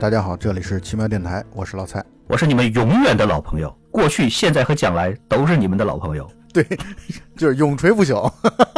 大家好，这里是奇妙电台，我是老蔡， 我是你们永远的老朋友，过去、现在和将来都是你们的老朋友。 对，就是永垂不朽。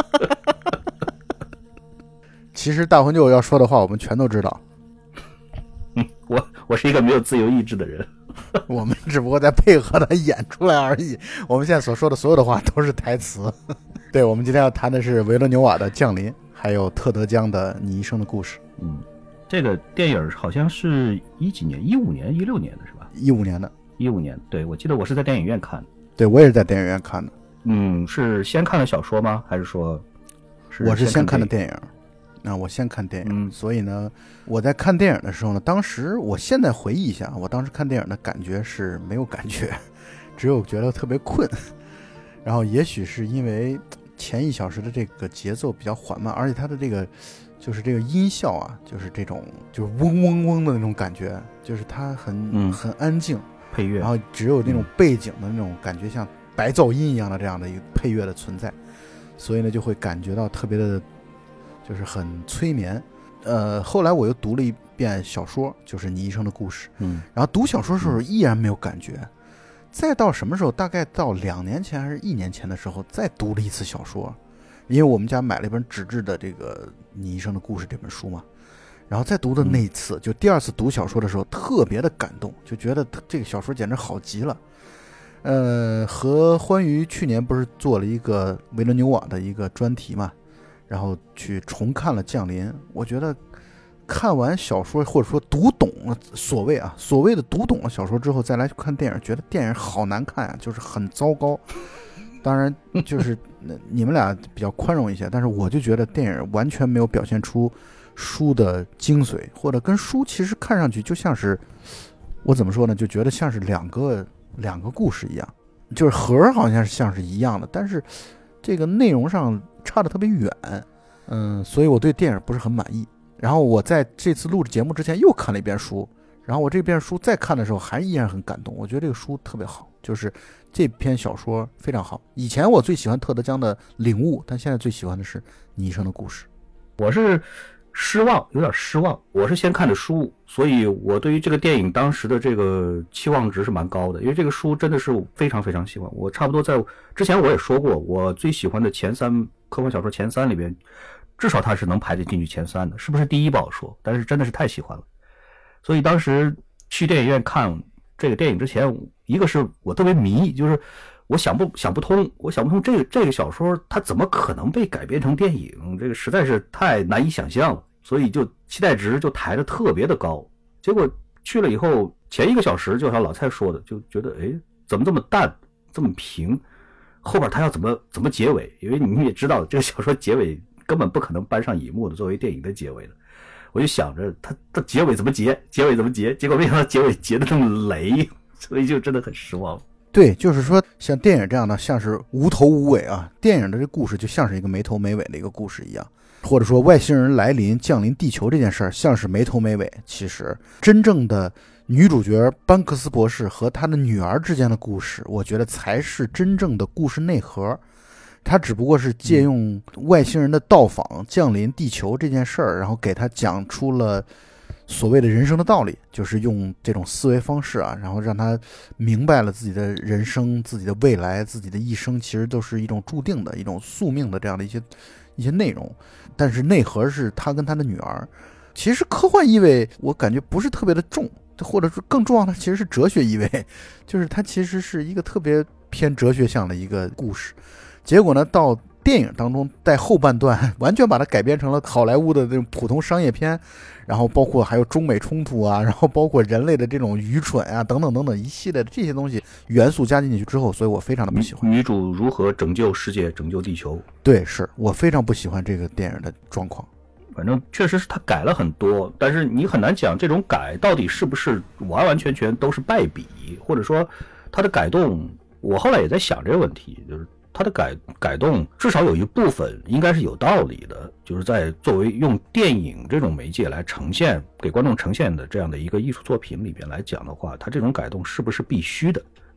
其实大魂舅要说的话，我们全都知道。 我是一个没有自由意志的人， 我们只不过在配合他演出来而已。我们现在所说的所有的话都是台词。对，我们今天要谈的是维罗纽瓦的《降临》，还有特德·江的《你一生的故事》。 这个电影好像是几年，15年、16年的是吧 ？15年的。 15年，对，我记得我是在电影院看的。 对，我也是在电影院看的。 是先看的小说吗？还是说我是先看的电影。我先看电影，所以呢，我在看电影的时候呢，当时我现在回忆一下，我当时看电影的感觉是没有感觉，只有觉得特别困。然后也许是因为前1小时的这个节奏比较缓慢，而且它的这个就是这个音效啊，就是这种就是嗡嗡嗡的那种感觉，就是它很安静， 配乐， 然后只有那种背景的那种感觉，像白噪音一样的这样的一个配乐的存在，所以呢就会感觉到特别的就是很催眠。后来我又读了一遍小说，就是《你一生的故事》，然后读小说的时候依然没有感觉，再到什么时候，大概到2年前还是1年前的时候，再读了一次小说，因为我们家买了一本纸质的这个《你一生的故事》这本书嘛，然后再读的那一次，就第2次读小说的时候，特别的感动，就觉得这个小说简直好极了。和欢愉去年不是做了一个维伦纽瓦的一个专题嘛，然后去重看了《降临》，我觉得看完小说或者说读懂了所谓的读懂了小说之后再来看电影，觉得电影好难看啊，就是很糟糕。当然就是你们俩比较宽容一些，但是我就觉得电影完全没有表现出书的精髓，或者跟书其实看上去就像是，我怎么说呢，就觉得像是两个故事一样，就是核好像是像是一样的，但是这个内容上差得特别远。所以我对电影不是很满意。然后我在这次录制节目之前又看了一遍书，然后我这篇书再看的时候还依然很感动，我觉得这个书特别好，就是这篇小说非常好。以前我最喜欢特德·江的《领悟》，但现在最喜欢的是《你一生的故事》。 我是有点失望。我是先看的书，所以我对于这个电影当时的这个期望值是蛮高的，因为这个书真的是非常非常喜欢。我差不多在之前我也说过，我最喜欢的前3科幻小说前3里边，至少它是能排进去前3的，是不是第1不好说，但是真的是太喜欢了。所以当时去电影院看这个电影之前，一个是我特别迷，就是我想不通这个小说它怎么可能被改编成电影，这个实在是太难以想象了，所以就期待值就抬得特别的高。结果去了以后，前1个小时就像老蔡说的，就觉得怎么这么淡这么平，后边他要怎么结尾，因为你也知道这个小说结尾根本不可能搬上荧幕的作为电影的结尾的。我就想着他结尾怎么结，结果没想到结尾结得那么雷，所以就真的很失望。 对，就是说像电影这样的像是无头无尾啊，电影的这故事就像是一个没头没尾的一个故事一样，或者说外星人来临降临地球这件事儿像是没头没尾。其实真正的女主角班克斯博士和她的女儿之间的故事，我觉得才是真正的故事内核。他只不过是借用外星人的到访降临地球这件事儿，然后给他讲出了所谓的人生的道理，就是用这种思维方式啊，然后让他明白了自己的人生、自己的未来、自己的一生其实都是一种注定的、一种宿命的这样的一些内容。但是内核是他跟他的女儿，其实科幻意味我感觉不是特别的重，或者说更重要的其实是哲学意味，就是它其实是一个特别偏哲学向的一个故事。结果呢，到电影当中在后半段完全把它改编成了好莱坞的这种普通商业片，然后包括还有中美冲突啊，然后包括人类的这种愚蠢啊等等等等一系列的这些东西元素加进去之后，所以我非常的不喜欢。 女主如何拯救世界、拯救地球？ 对，是我非常不喜欢这个电影的状况。 反正确实是他改了很多，但是你很难讲这种改到底是不是完完全全都是败笔，或者说他的改动，我后来也在想这个问题，就是它的改动至少有一部分应该是有道理的，就是在作为用电影这种媒介来呈现给观众呈现的这样的一个艺术作品里边来讲的话，它这种改动是不是必须的？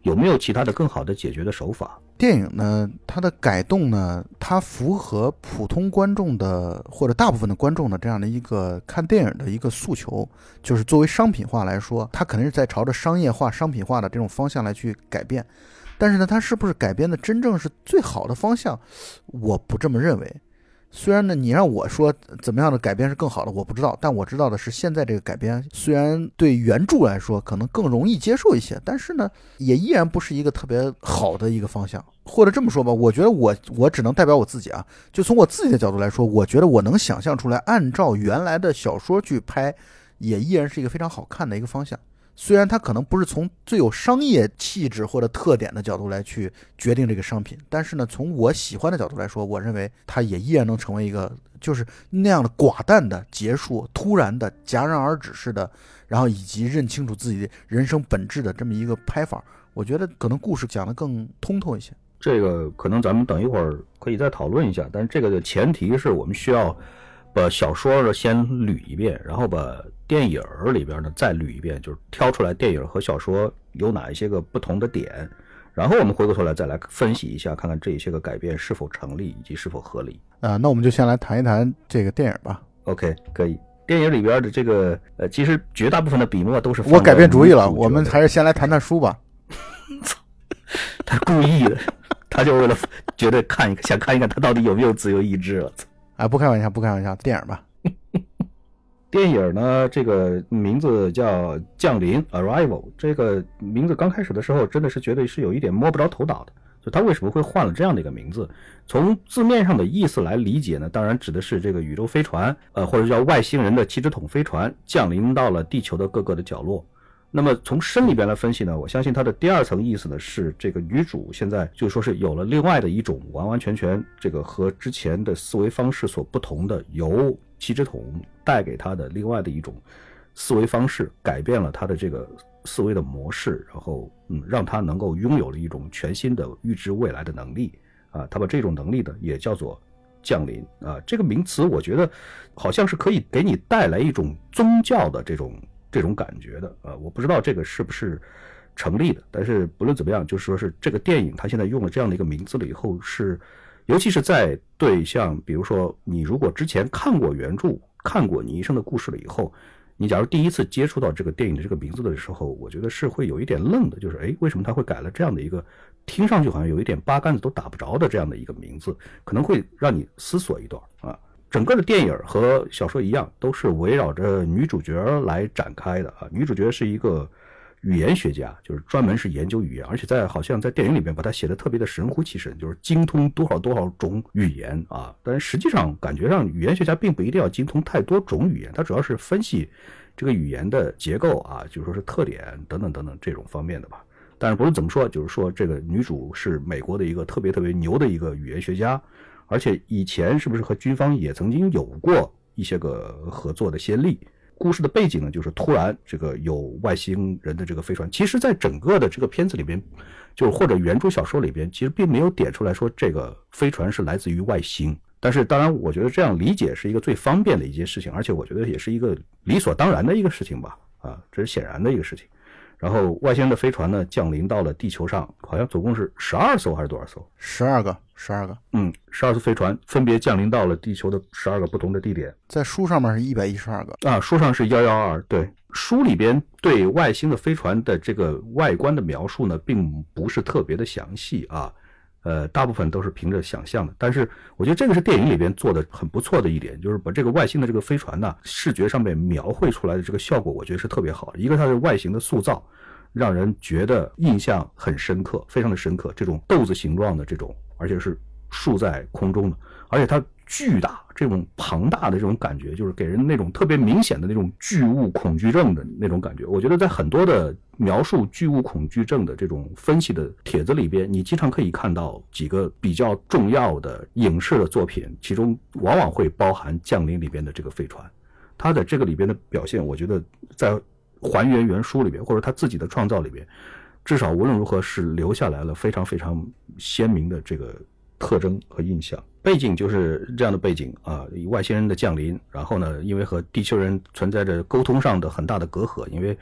有没有其他的更好的解决的手法？ 电影呢，它的改动呢，它符合普通观众的或者大部分的观众的这样的一个看电影的一个诉求，就是作为商品化来说，它肯定是在朝着商业化、商品化的这种方向来去改变。但是呢，它是不是改编的真正是最好的方向，我不这么认为。虽然呢，你让我说怎么样的改编是更好的，我不知道，但我知道的是，现在这个改编虽然对原著来说可能更容易接受一些，但是呢，也依然不是一个特别好的一个方向。或者这么说吧，我觉得我只能代表我自己啊，就从我自己的角度来说，我觉得我能想象出来，按照原来的小说去拍，也依然是一个非常好看的一个方向。虽然它可能不是从最有商业气质或者特点的角度来去决定这个商品，但是呢，从我喜欢的角度来说，我认为它也依然能成为一个就是那样的寡淡的结束，突然的戛然而止式的，然后以及认清楚自己人生本质的这么一个拍法，我觉得可能故事讲得更通透一些。 这个可能咱们等一会儿可以再讨论一下，但是这个的前提是我们需要把小说先捋一遍，然后把电影里边呢再捋一遍，就是挑出来电影和小说有哪一些个不同的点，然后我们回过头来再来分析一下，看看这些个改变是否成立以及是否合理。 那我们就先来谈一谈这个电影吧。 OK， 可以。电影里边的这个其实绝大部分的笔墨都是我改变主意了，我们还是先来谈谈书吧。 他故意的，他就为了觉得想看一看他到底有没有自由意志了。 不开玩笑，不开玩笑，电影吧。 电影呢，这个名字叫《降临》（Arrival）。这个名字刚开始的时候，真的是觉得是有一点摸不着头脑的，就他为什么会换了这样的一个名字？从字面上的意思来理解呢，当然指的是这个宇宙飞船，或者叫外星人的7只桶飞船降临到了地球的各个的角落。那么从深里边来分析呢，我相信它的第二层意思呢是这个女主现在就说是有了另外的一种完完全全这个和之前的思维方式所不同的，由7只桶带给她的另外的一种思维方式，改变了她的这个思维的模式，然后让她能够拥有了一种全新的预知未来的能力啊。她把这种能力呢也叫做降临啊。这个名词我觉得好像是可以给你带来一种宗教的这种感觉的我不知道这个是不是成立的，但是不论怎么样，就是说是这个电影它现在用了这样的一个名字了以后，是尤其是在对像比如说你如果之前看过原著，看过你一生的故事了以后，你假如第一次接触到这个电影的这个名字的时候，我觉得是会有一点愣的，就是为什么他会改了这样的一个听上去好像有一点八竿子都打不着的这样的一个名字，可能会让你思索一段啊。整个的电影和小说一样，都是围绕着女主角来展开的啊。女主角是一个语言学家，就是专门是研究语言，而且好像在电影里面把它写得特别的神乎其神，就是精通多少多少种语言啊。但实际上感觉上语言学家并不一定要精通太多种语言，他主要是分析这个语言的结构啊，就是说是特点等等等等这种方面的吧。但是不论怎么说，就是说这个女主是美国的一个特别特别牛的一个语言学家，而且以前是不是和军方也曾经有过一些个合作的先例。故事的背景呢，就是突然这个有外星人的这个飞船，其实在整个的这个片子里边，就是或者原著小说里边，其实并没有点出来说这个飞船是来自于外星。但是当然我觉得这样理解是一个最方便的一件事情，而且我觉得也是一个理所当然的一个事情吧，这是显然的一个事情。然后外星人的飞船呢降临到了地球上，好像总共是12艘还是多少艘 ？12个。 12艘飞船分别降临到了地球的12个不同的地点。 在书上面是112个啊，书上是112。对，书里边对外星的飞船的这个外观的描述呢，并不是特别的详细啊。大部分都是凭着想象的，但是我觉得这个是电影里边做的很不错的一点，就是把这个外星的这个飞船呢，视觉上面描绘出来的这个效果，我觉得是特别好的。一个它的外形的塑造，让人觉得印象很深刻，非常的深刻。这种豆子形状的这种，而且是竖在空中的，而且它巨大，这种庞大的这种感觉，就是给人那种特别明显的那种巨物恐惧症的那种感觉。我觉得在很多的描述巨物恐惧症的这种分析的帖子里边，你经常可以看到几个比较重要的影视的作品，其中往往会包含《降临》里边的这个飞船。它的这个里边的表现，我觉得在还原原书里边，或者他自己的创造里边，至少无论如何是留下来了非常非常鲜明的这个特征和印象。背景就是这样的背景啊，外星人的降临，然后呢，因为和地球人存在着沟通上的很大的隔阂，因为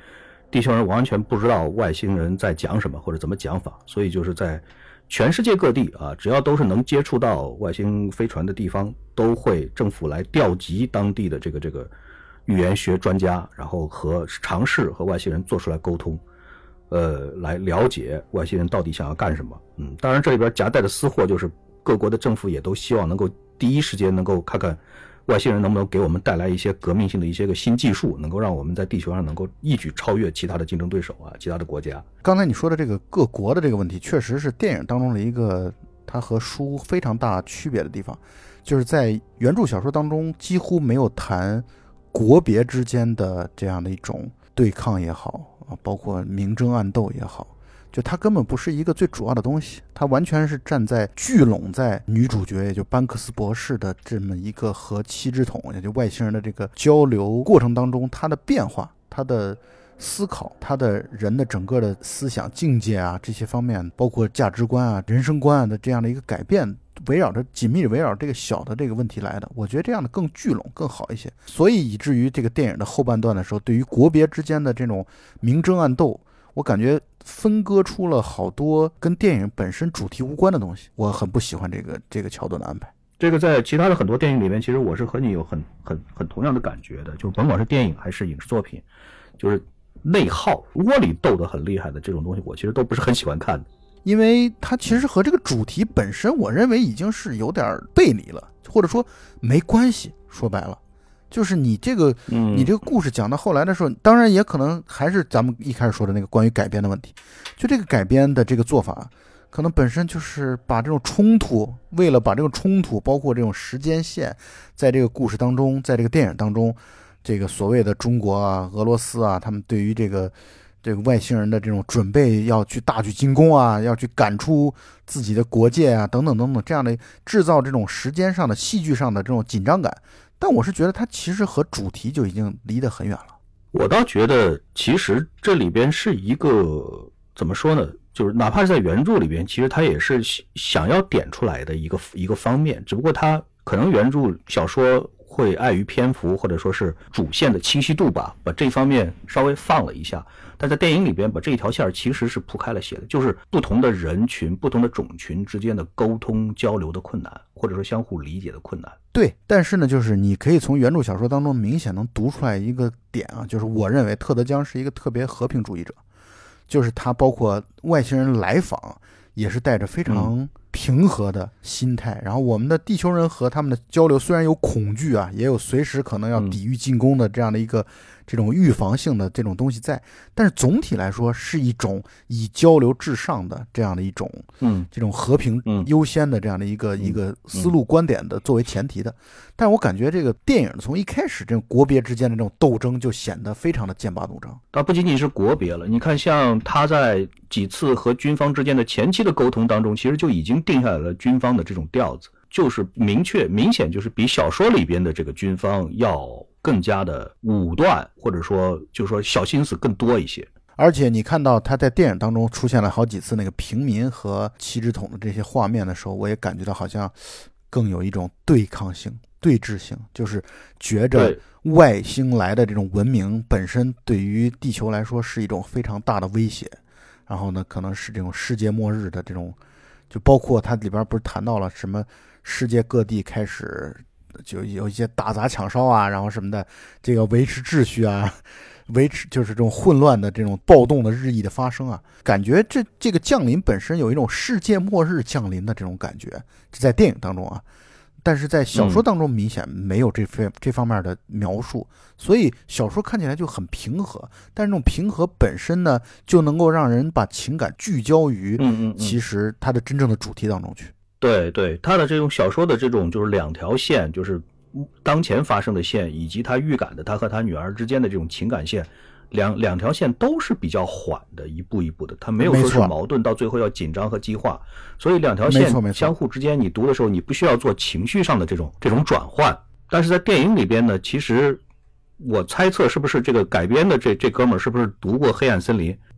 地球人完全不知道外星人在讲什么或者怎么讲法，所以就是在全世界各地啊，只要都是能接触到外星飞船的地方，都会政府来调集当地的这个语言学专家，然后尝试和外星人做出来沟通，来了解外星人到底想要干什么。当然这里边夹带的私货就是各国的政府也都希望能够第一时间能够看看外星人能不能给我们带来一些革命性的一些个新技术，能够让我们在地球上能够一举超越其他的竞争对手啊，其他的国家。 刚才你说的这个各国的这个问题，确实是电影当中的一个它和书非常大区别的地方，就是在原著小说当中几乎没有谈国别之间的这样的一种对抗也好啊，包括明争暗斗也好，就它根本不是一个最主要的东西，它完全是站在聚拢在女主角也就班克斯博士的这么一个和七之桶也就外星人的这个交流过程当中，它的变化，它的思考，他的人的整个的思想境界啊，这些方面包括价值观啊、人生观啊的这样的一个改变，紧密围绕这个小的这个问题来的，我觉得这样的更聚拢更好一些。所以以至于这个电影的后半段的时候，对于国别之间的这种明争暗斗，我感觉分割出了好多跟电影本身主题无关的东西，我很不喜欢这个桥段的安排。 这个在其他的很多电影里面，其实我是和你有很同样的感觉的，就甭管是电影还是影视作品，就是内耗窝里斗得很厉害的这种东西，我其实都不是很喜欢看的， 因为它其实和这个主题本身，我认为已经是有点背离了，或者说没关系。说白了，就是你这个故事讲到后来的时候，当然也可能还是咱们一开始说的那个关于改编的问题，就这个改编的这个做法，可能本身就是把这种冲突，为了把这种冲突，包括这种时间线，在这个故事当中，在这个电影当中。这个所谓的中国啊、俄罗斯啊，他们对于这个外星人的这种准备，要去大举进攻啊，要去赶出自己的国界啊，等等等等，这样的制造这种时间上的、戏剧上的这种紧张感。但我是觉得它其实和主题就已经离得很远了。 我倒觉得，其实这里边是一个怎么说呢？就是哪怕是在原著里边，其实它也是想要点出来的一个方面，只不过它可能原著小说会碍于篇幅或者说是主线的清晰度吧，把这方面稍微放了一下，但在电影里边把这一条线其实是铺开了写的，就是不同的人群、不同的种群之间的沟通交流的困难，或者说相互理解的困难。 对，但是呢，就是你可以从原著小说当中明显能读出来一个点啊，就是我认为特德·江是一个特别和平主义者，就是他包括外星人来访也是带着非常平和的心态，然后我们的地球人和他们的交流虽然有恐惧啊，也有随时可能要抵御进攻的这样的一个这种预防性的这种东西在，但是总体来说是一种以交流至上的这样的一种这种和平优先的这样的一个思路观点的作为前提的。但是我感觉这个电影从一开始这种国别之间的这种斗争就显得非常的剑拔弩张。 它不仅仅是国别了，你看像他在几次和军方之间的前期的沟通当中，其实就已经定下来了军方的这种调子，就是明显就是比小说里边的这个军方要更加的武断，或者说就是说小心思更多一些。 而且你看到他在电影当中出现了好几次那个平民和七之桶的这些画面的时候，我也感觉到好像更有一种对抗性、对峙性，就是觉着外星来的这种文明本身对于地球来说是一种非常大的威胁，然后呢可能是这种世界末日的这种，就包括它里边不是谈到了什么世界各地开始就有一些打砸抢烧啊，然后什么的，这个维持秩序啊，就是这种混乱的这种暴动的日益的发生啊，感觉这个降临本身有一种世界末日降临的这种感觉，这在电影当中啊，但是在小说当中明显没有这方面的描述，所以小说看起来就很平和，但是这种平和本身呢，就能够让人把情感聚焦于其实它的真正的主题当中去。 对对，他的这种小说的这种就是两条线，就是当前发生的线，以及他预感的他和他女儿之间的这种情感线，两条线都是比较缓的，一步一步的，他没有说是矛盾到最后要紧张和激化，所以两条线相互之间，你读的时候你不需要做情绪上的这种转换。但是在电影里边呢，其实我猜测是不是这个改编的这哥们儿是不是读过《黑暗森林》？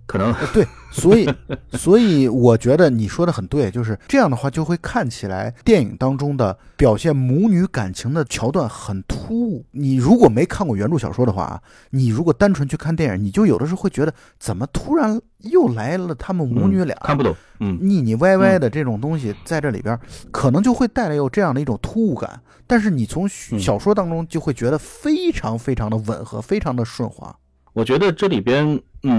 可能对，所以我觉得你说的很对，就是这样的话就会看起来电影当中的表现母女感情的桥段很突兀。你如果没看过原著小说的话，你如果单纯去看电影，你就有的时候会觉得怎么突然又来了他们母女俩， 看不懂， 腻腻歪歪的这种东西在这里边，可能就会带来有这样的一种突兀感。但是你从小说当中就会觉得非常非常的吻合，非常的顺滑。 我觉得这里边，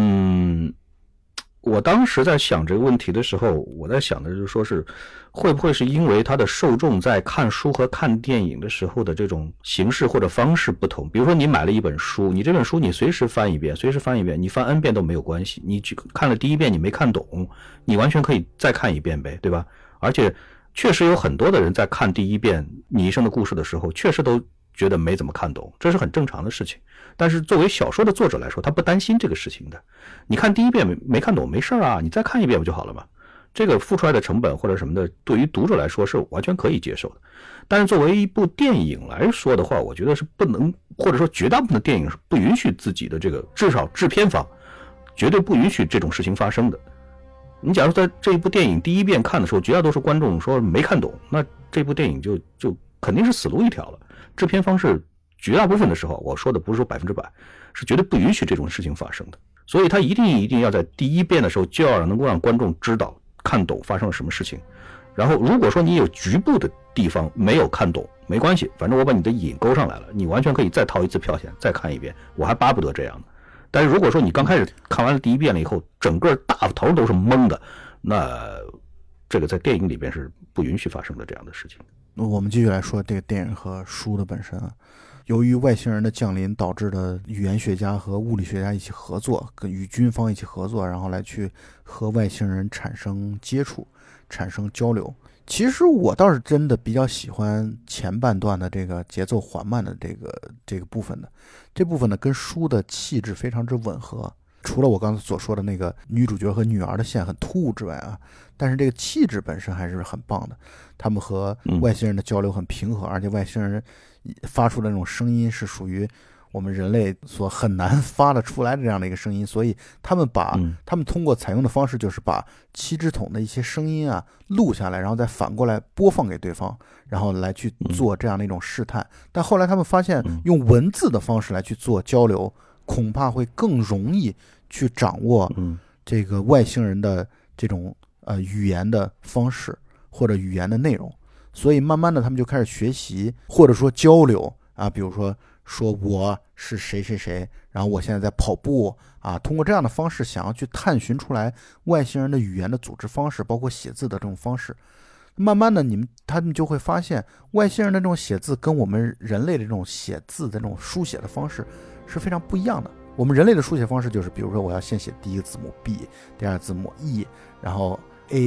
我当时在想这个问题的时候，我在想的就是说是会不会是因为他的受众在看书和看电影的时候的这种形式或者方式不同。比如说你买了一本书，你这本书你随时翻一遍，你翻 N 遍都没有关系。你去看了第一遍你没看懂，你完全可以再看一遍呗，对吧？而且确实有很多的人在看第一遍你一生的故事的时候，确实都觉得没怎么看懂，这是很正常的事情。但是作为小说的作者来说，他不担心这个事情的。你看第一遍没看懂没事啊，你再看一遍不就好了吗？这个付出来的成本或者什么的，对于读者来说是完全可以接受的。但是作为一部电影来说的话，我觉得是不能，或者说绝大部分的电影是不允许自己的这个，至少制片方绝对不允许这种事情发生的。你假如在这一部电影第一遍看的时候，绝大多数观众说没看懂，那这部电影就肯定是死路一条了。制片方是绝大部分的时候，我说的不是说100%，是绝对不允许这种事情发生的。所以他一定要在第一遍的时候就要能够让观众知道看懂发生了什么事情。然后如果说你有局部的地方没有看懂，没关系，反正我把你的瘾勾上来了，你完全可以再掏一次票钱再看一遍，我还巴不得这样的。但是如果说你刚开始看完了第一遍了以后，整个大头都是懵的，那这个在电影里边是不允许发生的这样的事情。 我们继续来说这个电影和书的本身啊。由于外星人的降临导致的语言学家和物理学家一起合作，与军方一起合作，然后来去和外星人产生接触，产生交流。其实我倒是真的比较喜欢前半段的这个节奏缓慢的这个部分的，这部分呢跟书的气质非常之吻合。除了我刚才所说的那个女主角和女儿的线很突兀之外啊，但是这个气质本身还是很棒的。他们和外星人的交流很平和，而且外星人发出的那种声音是属于我们人类所很难发得出来的这样的一个声音，所以他们通过采用的方式就是把七只桶的一些声音啊录下来，然后再反过来播放给对方，然后来去做这样的一种试探。但后来他们发现用文字的方式来去做交流，恐怕会更容易去掌握这个外星人的这种语言的方式或者语言的内容。所以慢慢的他们就开始学习或者说交流啊，比如说我是谁谁谁，然后我现在在跑步啊，通过这样的方式想要去探寻出来外星人的语言的组织方式，包括写字的这种方式。慢慢的他们就会发现外星人的这种写字跟我们人类的这种写字的这种书写的方式是非常不一样的。我们人类的书写方式就是比如说我要先写第一个字母 B， 第二个字母 E， 然后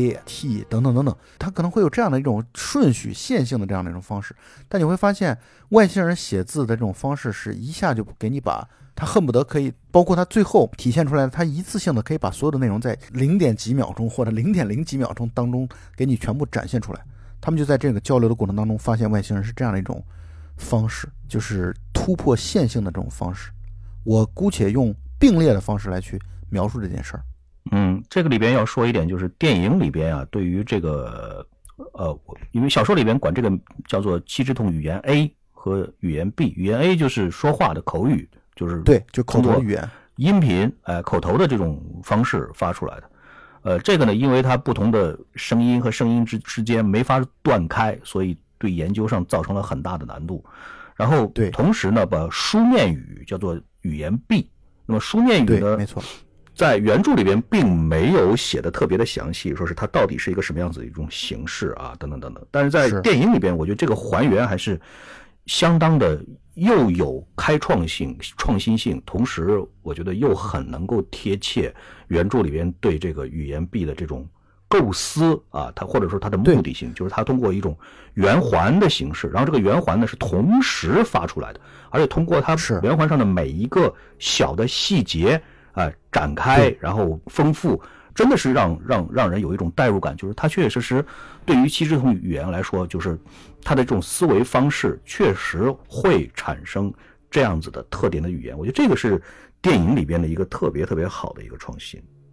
A、T 等等等等，它可能会有这样的一种顺序线性的这样的一种方式。但你会发现外星人写字的这种方式是一下就给你把他恨不得可以，包括他最后体现出来的，他一次性的可以把所有的内容在0点几秒钟或者0.0几秒钟当中给你全部展现出来。他们就在这个交流的过程当中发现外星人是这样的一种方式，就是突破线性的这种方式。我姑且用并列的方式来去描述这件事儿。 这个里边要说一点，就是电影里边啊，对于这个因为小说里边管这个叫做七只桶语言 A 和语言 B， 语言 A 就是说话的口语，就是对，就口头语言， 音频口头的这种方式发出来的。这个呢，因为它不同的声音和声音之间没法断开，所以对研究上造成了很大的难度。然后同时呢，把书面语叫做语言 B， 那么书面语呢， 没错， 在原著里边并没有写的特别的详细，说是它到底是一个什么样子的一种形式啊，等等等等。但是在电影里边，我觉得这个还原还是相当的，又有开创性、创新性，同时我觉得又很能够贴切原著里边对这个语言 B 的这种构思啊，它或者说它的目的性，就是它通过一种圆环的形式，然后这个圆环呢是同时发出来的，而且通过它圆环上的每一个小的细节展开，然后丰富，真的是让人有一种代入感，就是它确确实实对于七只桶语言来说，就是它的这种思维方式确实会产生这样子的特点的语言。我觉得这个是电影里边的一个特别特别好的一个创新。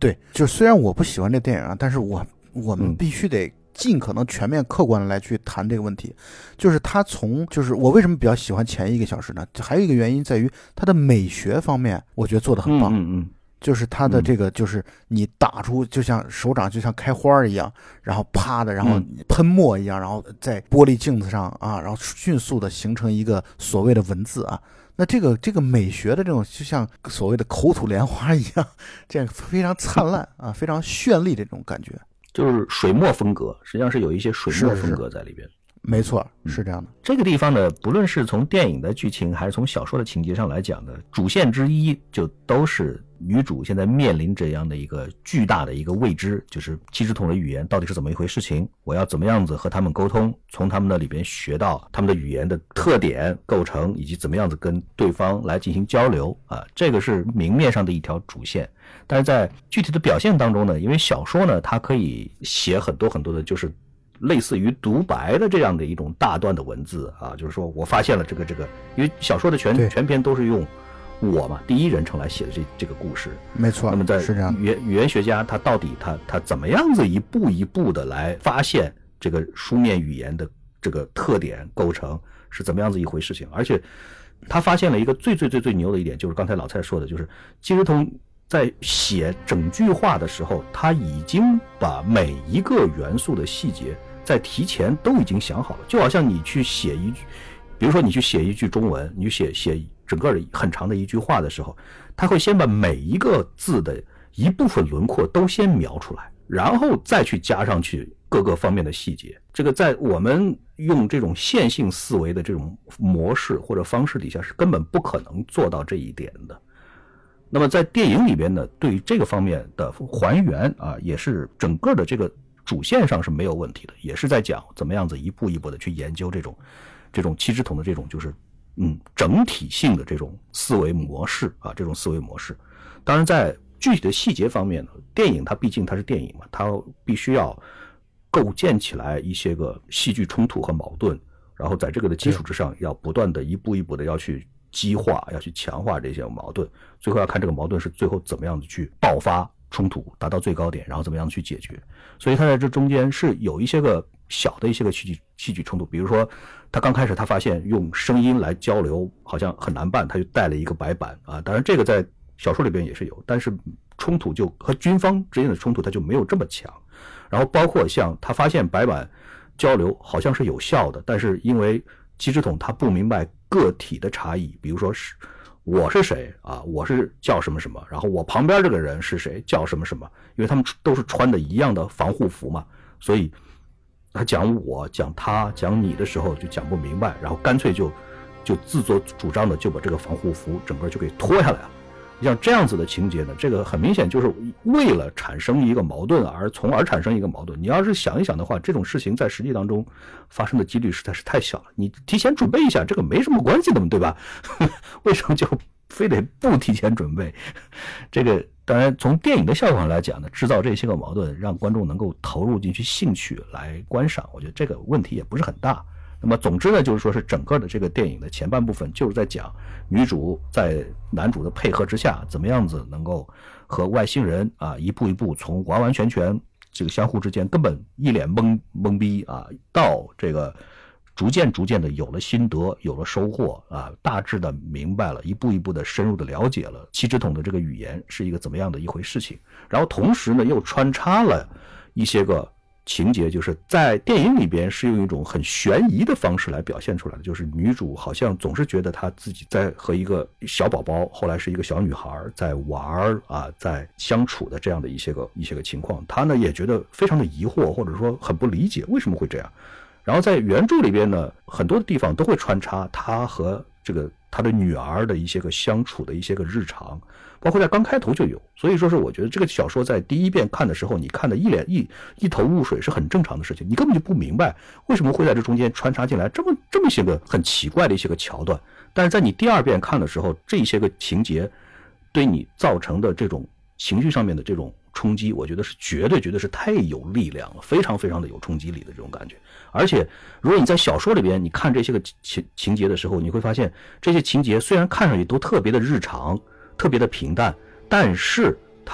对，就虽然我不喜欢这电影啊，但是我们必须得尽可能全面客观的来去谈这个问题。就是他就是我为什么比较喜欢前1个小时呢？还有一个原因在于他的美学方面，我觉得做得很棒。就是他的这个，就是你打出就像手掌就像开花一样，然后啪的，然后喷墨一样，然后在玻璃镜子上啊，然后迅速的形成一个所谓的文字啊。那这个美学的这种，就像所谓的口吐莲花一样，这样非常灿烂啊，非常绚丽这种感觉， 就是水墨风格，实际上是有一些水墨风格在里边。 没错，是这样的。 这个地方呢，不论是从电影的剧情还是从小说的情节上来讲呢，主线之一就都是女主现在面临这样的一个巨大的一个未知，就是七只桶的语言到底是怎么一回事情，我要怎么样子和他们沟通，从他们那里边学到他们的语言的特点构成，以及怎么样子跟对方来进行交流啊，这个是明面上的一条主线。但是在具体的表现当中呢，因为小说呢，它可以写很多很多的就是类似于独白的这样的一种大段的文字啊，就是说我发现了这个，因为小说的全篇都是用我嘛第一人称来写的这个故事， 没错。 那么在是这样， 语言学家他到底他怎么样子一步一步的来发现这个书面语言的这个特点构成是怎么样子一回事情，而且他发现了一个最牛的一点，就是刚才老蔡说的，就是季之同在写整句话的时候，他已经把每一个元素的细节在提前都已经想好了，就好像你去写一句，比如说你去写一句中文，你去写整个很长的一句话的时候，他会先把每一个字的一部分轮廓都先描出来，然后再去加上去各个方面的细节。这个在我们用这种线性思维的这种模式或者方式底下是根本不可能做到这一点的。那么在电影里边呢，对于这个方面的还原啊，也是整个的这个主线上是没有问题的，也是在讲怎么样子一步一步的去研究这种七只桶的这种就是整体性的这种思维模式啊，这种思维模式。当然在具体的细节方面呢，电影它毕竟它是电影嘛，它必须要构建起来一些个戏剧冲突和矛盾，然后在这个的基础之上要不断的一步一步的要去激化，要去强化这些矛盾，最后要看这个矛盾是最后怎么样子去爆发冲突达到最高点，然后怎么样去解决。所以他在这中间是有一些个小的一些个戏剧冲突，比如说他刚开始他发现用声音来交流好像很难办，他就带了一个白板啊，当然这个在小说里边也是有，但是冲突就和军方之间的冲突他就没有这么强。然后包括像他发现白板交流好像是有效的，但是因为七只桶他不明白个体的差异，比如说是我是谁啊，我是叫什么什么，然后我旁边这个人是谁叫什么什么，因为他们都是穿的一样的防护服嘛，所以他讲我讲他讲你的时候就讲不明白，然后干脆就自作主张的就把这个防护服整个就给脱下来了。像这样子的情节呢，这个很明显就是为了产生一个矛盾从而产生一个矛盾。你要是想一想的话，这种事情在实际当中发生的几率实在是太小了，你提前准备一下这个没什么关系的嘛，对吧？为什么就非得不提前准备？这个当然从电影的效果上来讲呢，制造这些个矛盾让观众能够投入进去兴趣来观赏，我觉得这个问题也不是很大。那么总之呢，就是说是整个的这个电影的前半部分就是在讲女主在男主的配合之下，怎么样子能够和外星人啊一步一步从完完全全这个相互之间根本一脸懵逼啊，到这个逐渐的有了心得，有了收获啊，大致的明白了，一步一步的深入的了解了七只桶的这个语言是一个怎么样的一回事情。然后同时呢，又穿插了一些个情节，就是在电影里边是用一种很悬疑的方式来表现出来的，就是女主好像总是觉得她自己在和一个小宝宝，后来是一个小女孩在玩啊，在相处的这样的一些个情况，她呢也觉得非常的疑惑，或者说很不理解为什么会这样。然后在原著里边呢，很多的地方都会穿插她和这个她的女儿的一些个相处的一些个日常，包括在刚开头就有。所以说是我觉得这个小说在第一遍看的时候，你看的一头雾水是很正常的事情，你根本就不明白为什么会在这中间穿插进来这么些个很奇怪的一些个桥段。但是在你第二遍看的时候，这些个情节对你造成的这种情绪上面的这种冲击，我觉得是绝对是太有力量了，非常的有冲击力的这种感觉。而且如果你在小说里边你看这些个情节的时候，你会发现这些情节虽然看上去都特别的日常，特别的平淡，但是它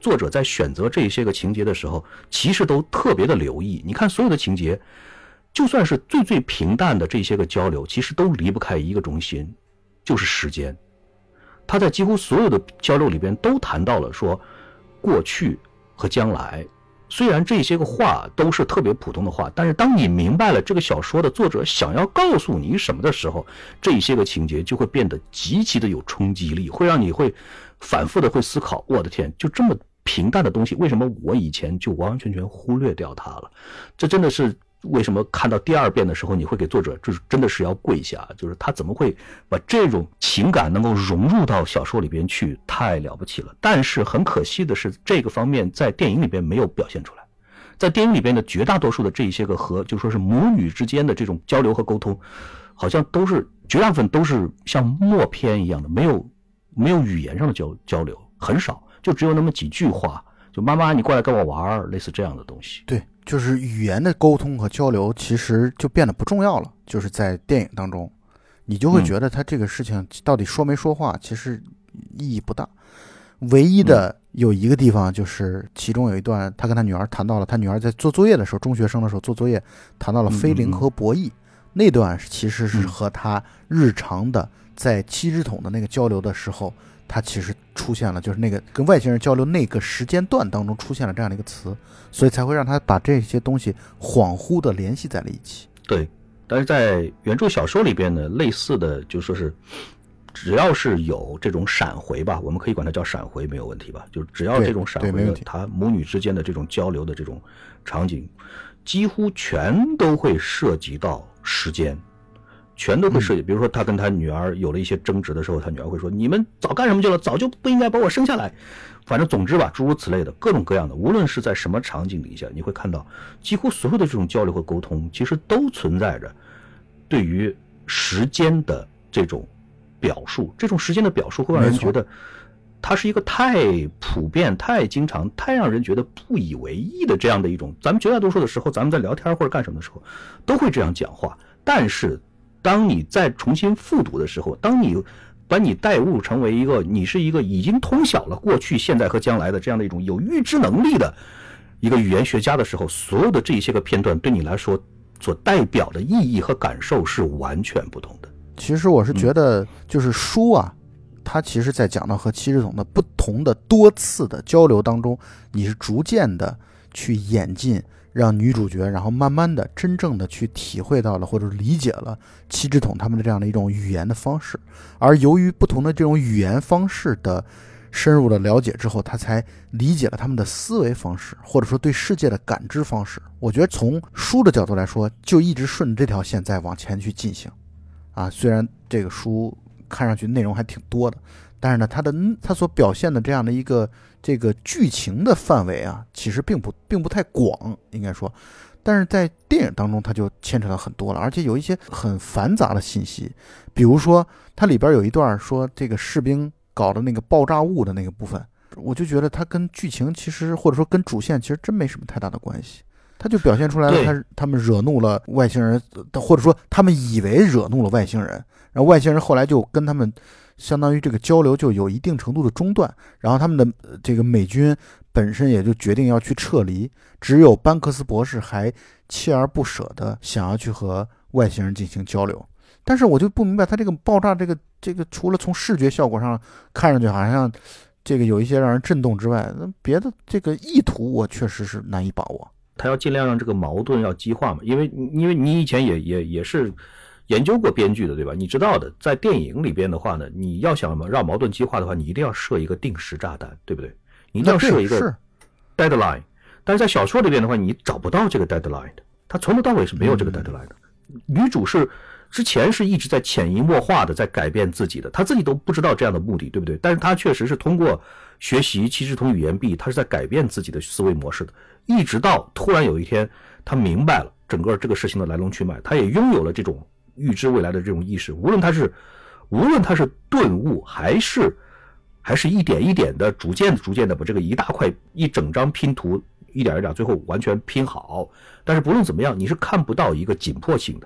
作者在选择这些个情节的时候，其实都特别的留意。你看所有的情节，就算是最平淡的这些个交流，其实都离不开一个中心，就是时间。他在几乎所有的交流里边都谈到了说过去和将来。虽然这些个话都是特别普通的话，但是当你明白了这个小说的作者想要告诉你什么的时候，这些个情节就会变得极其的有冲击力，会让你会反复的会思考，我的天，就这么平淡的东西，为什么我以前就完完全全忽略掉它了？这真的是为什么看到第二遍的时候，你会给作者就是真的是要跪下，就是他怎么会把这种情感能够融入到小说里边去，太了不起了。但是很可惜的是，这个方面在电影里边没有表现出来。在电影里边的绝大多数的这一些个和就说是母女之间的这种交流和沟通，好像都是绝大部分都是像默片一样的，没有语言上的交流，很少，就只有那么几句话，就妈妈你过来跟我玩，类似这样的东西。 对，就是语言的沟通和交流其实就变得不重要了，就是在电影当中你就会觉得他这个事情到底说没说话其实意义不大。唯一的有一个地方就是其中有一段他跟他女儿谈到了他女儿在做作业的时候，中学生的时候做作业谈到了非零和博弈，那段其实是和他日常的在七支筒的那个交流的时候，他其实出现了，就是那个跟外星人交流那个时间段当中出现了这样的一个词，所以才会让他把这些东西恍惚的联系在了一起。 对，但是在原著小说里边呢，类似的就说是只要是有这种闪回吧，我们可以管它叫闪回没有问题吧，就只要这种闪回的他母女之间的这种交流的这种场景，几乎全都会涉及到时间，全都会涉及。比如说他跟他女儿有了一些争执的时候，他女儿会说你们早干什么去了，早就不应该把我生下来，反正总之吧，诸如此类的各种各样的，无论是在什么场景底下，你会看到几乎所有的这种交流和沟通其实都存在着对于时间的这种表述，这种时间的表述会让人觉得它是一个太普遍、太经常、太让人觉得不以为意的这样的一种，咱们绝大多数的时候，咱们在聊天或者干什么的时候都会这样讲话，但是当你再重新复读的时候，当你把你带入成为一个你是一个已经通晓了过去现在和将来的这样的一种有预知能力的一个语言学家的时候，所有的这些个片段对你来说所代表的意义和感受是完全不同的。 其实我是觉得就是书啊，它其实在讲到和七支筒的不同的多次的交流当中，你是逐渐的去演进，让女主角然后慢慢的真正的去体会到了或者理解了七支筒他们的这样的一种语言的方式，而由于不同的这种语言方式的深入的了解之后，他才理解了他们的思维方式，或者说对世界的感知方式。我觉得从书的角度来说，就一直顺着这条线再往前去进行啊。虽然这个书看上去内容还挺多的，但是呢，它所表现的这样的一个这个剧情的范围啊，其实并不太广，应该说。但是在电影当中，它就牵扯到很多了，而且有一些很繁杂的信息，比如说它里边有一段说这个士兵搞的那个爆炸物的那个部分，我就觉得它跟剧情其实或者说跟主线其实真没什么太大的关系。他就表现出来了他们惹怒了外星人，或者说他们以为惹怒了外星人，然后外星人后来就跟他们相当于这个交流就有一定程度的中断，然后他们的这个美军本身也就决定要去撤离，只有班克斯博士还锲而不舍的想要去和外星人进行交流。但是我就不明白他这个爆炸这个除了从视觉效果上看上去好像这个有一些让人震动之外，别的这个意图我确实是难以把握。 他要尽量让这个矛盾要激化嘛，因为你以前也是研究过编剧的对吧？你知道的，在电影里边的话呢，你要想让矛盾激化的话，你一定要设一个定时炸弹，对不对？你一定要设一个 deadline， 但是在小说里边的话，你找不到这个 deadline 的，他从头到尾是没有这个 deadline 的。女主是之前是一直在潜移默化的在改变自己的，她自己都不知道这样的目的，对不对？但是她确实是通过学习七支筒语言壁，她是在改变自己的思维模式的，一直到突然有一天她明白了整个这个事情的来龙去脉，她也拥有了这种预知未来的这种意识，无论她是顿悟还是一点一点的逐渐的把这个一大块一整张拼图一点一点最后完全拼好，但是不论怎么样你是看不到一个紧迫性的，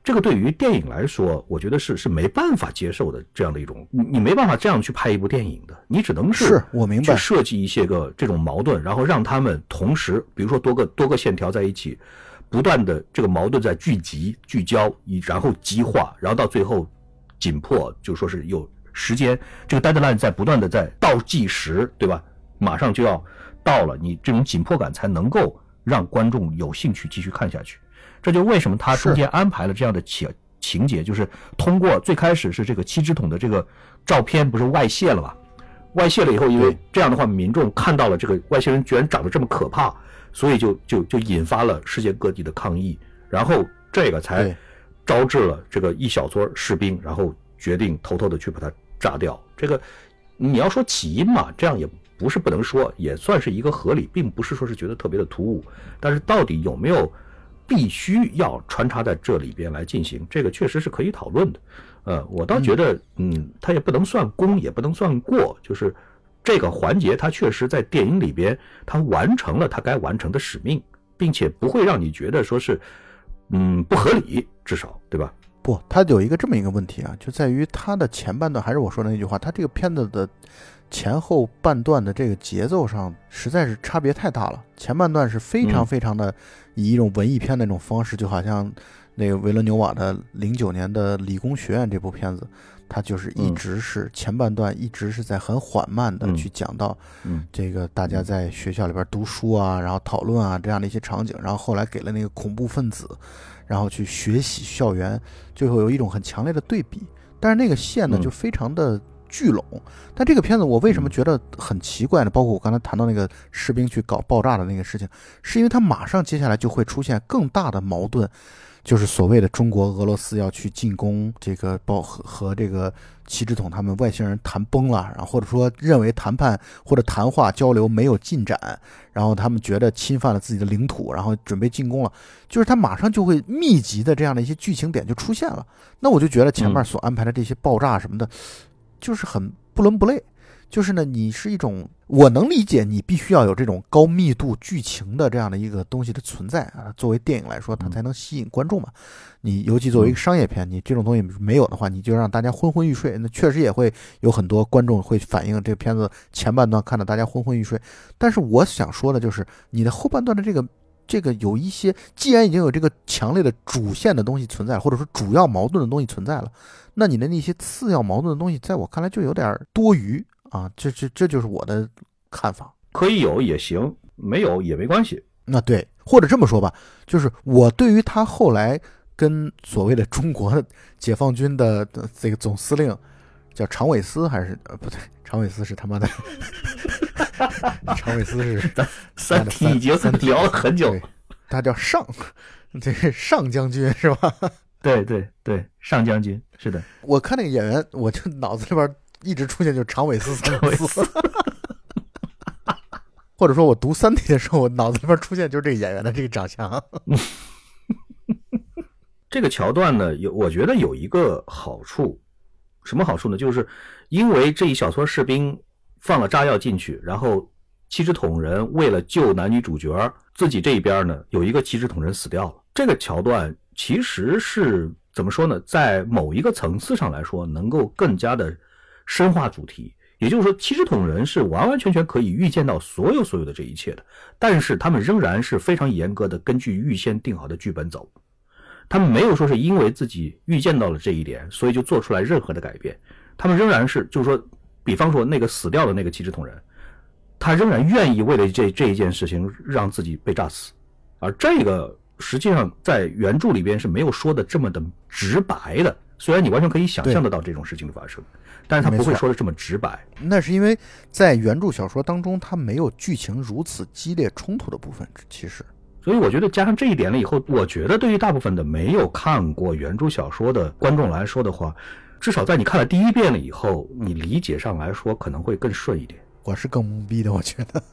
这个对于电影来说，我觉得是没办法接受的，这样的一种，你没办法这样去拍一部电影的，你只能是我明白去设计一些个这种矛盾，然后让他们同时，比如说多个线条在一起，不断的这个矛盾在聚焦，然后激化，然后到最后紧迫，就说是有时间，这个 deadline 在不断的在倒计时，对吧？马上就要到了，你这种紧迫感才能够让观众有兴趣继续看下去。这就为什么他中间安排了这样的情节，就是通过最开始是这个七只桶的这个照片不是外泄了嘛？外泄了以后，因为这样的话，民众看到了这个外星人居然长得这么可怕，所以就引发了世界各地的抗议，然后这个才招致了这个一小撮士兵，然后决定偷偷的去把它炸掉。这个你要说起因嘛，这样也不是不能说，也算是一个合理，并不是说是觉得特别的突兀。但是到底有没有必须要穿插在这里边来进行，这个确实是可以讨论的。我倒觉得，它也不能算功，也不能算过，就是这个环节，它确实在电影里边，它完成了它该完成的使命，并且不会让你觉得说是，不合理，至少，对吧？ 不，它有一个这么一个问题啊，就在于它的前半段，还是我说的那句话，它这个片子的前后半段的这个节奏上实在是差别太大了。前半段是非常非常的以一种文艺片那种方式，就好像那个维伦纽瓦的09年的理工学院这部片子，它就是一直是前半段一直是在很缓慢的去讲到这个大家在学校里边读书啊，然后讨论啊这样的一些场景，然后后来给了那个恐怖分子，然后去学习校园，最后有一种很强烈的对比。但是那个线呢就非常的聚拢。但这个片子我为什么觉得很奇怪呢？包括我刚才谈到那个士兵去搞爆炸的那个事情，是因为它马上接下来就会出现更大的矛盾，就是所谓的中国俄罗斯要去进攻这个和这个七只桶他们外星人谈崩了，然后或者说认为谈判或者谈话交流没有进展，然后他们觉得侵犯了自己的领土，然后准备进攻了，就是他马上就会密集的这样的一些剧情点就出现了。那我就觉得前面所安排的这些爆炸什么的，就是很不伦不类。就是呢，你是一种，我能理解你必须要有这种高密度剧情的这样的一个东西的存在啊，作为电影来说，它才能吸引观众嘛。你尤其作为一个商业片，你这种东西没有的话，你就让大家昏昏欲睡，那确实也会有很多观众会反映这个片子前半段看到大家昏昏欲睡。但是我想说的就是，你的后半段的这个有一些，既然已经有这个强烈的主线的东西存在了，或者说主要矛盾的东西存在了，那你的那些次要矛盾的东西，在我看来就有点多余。啊，这就是我的看法。 可以有也行，没有也没关系。 那对，或者这么说吧，就是我对于他后来跟所谓的中国解放军的这个总司令叫常伟思还是不对，常伟思是他妈的，常伟思是三体已经聊了很久， 他叫这是上将军是吧？ 对对对，上将军是的。 我看那个演员，我就脑子里边一直出现就是常伟思三个字，或者说我读三体的时候，我脑子里边出现就是这个演员的这个长相。 这个桥段呢，我觉得有一个好处，什么好处呢？就是因为这一小撮士兵放了炸药进去，然后七只桶人为了救男女主角，自己这一边呢有一个七只桶人死掉了。这个桥段其实是怎么说呢？在某一个层次上来说，能够更加的深化主题，也就是说七只桶人是完完全全可以预见到所有的这一切的，但是他们仍然是非常严格的根据预先定好的剧本走，他们没有说是因为自己预见到了这一点所以就做出来任何的改变，他们仍然是就是说，比方说那个死掉的那个七只桶人，他仍然愿意为了这一件事情让自己被炸死，而这个实际上在原著里边是没有说的这么的直白的，虽然你完全可以想象得到这种事情的发生，但是他不会说的这么直白。 那是因为在原著小说当中，他没有剧情如此激烈冲突的部分，其实。 所以我觉得加上这一点了以后，我觉得对于大部分的没有看过原著小说的观众来说的话，至少在你看了第一遍了以后，你理解上来说可能会更顺一点。 我是更懵逼的，我觉得。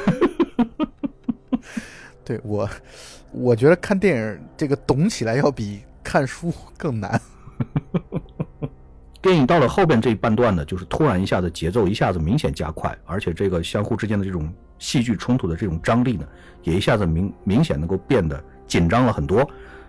对，我觉得看电影这个懂起来要比看书更难。 电影到了后边这一半段呢，就是突然一下子节奏一下子明显加快，而且这个相互之间的这种戏剧冲突的这种张力呢，也一下子明显能够变得紧张了很多。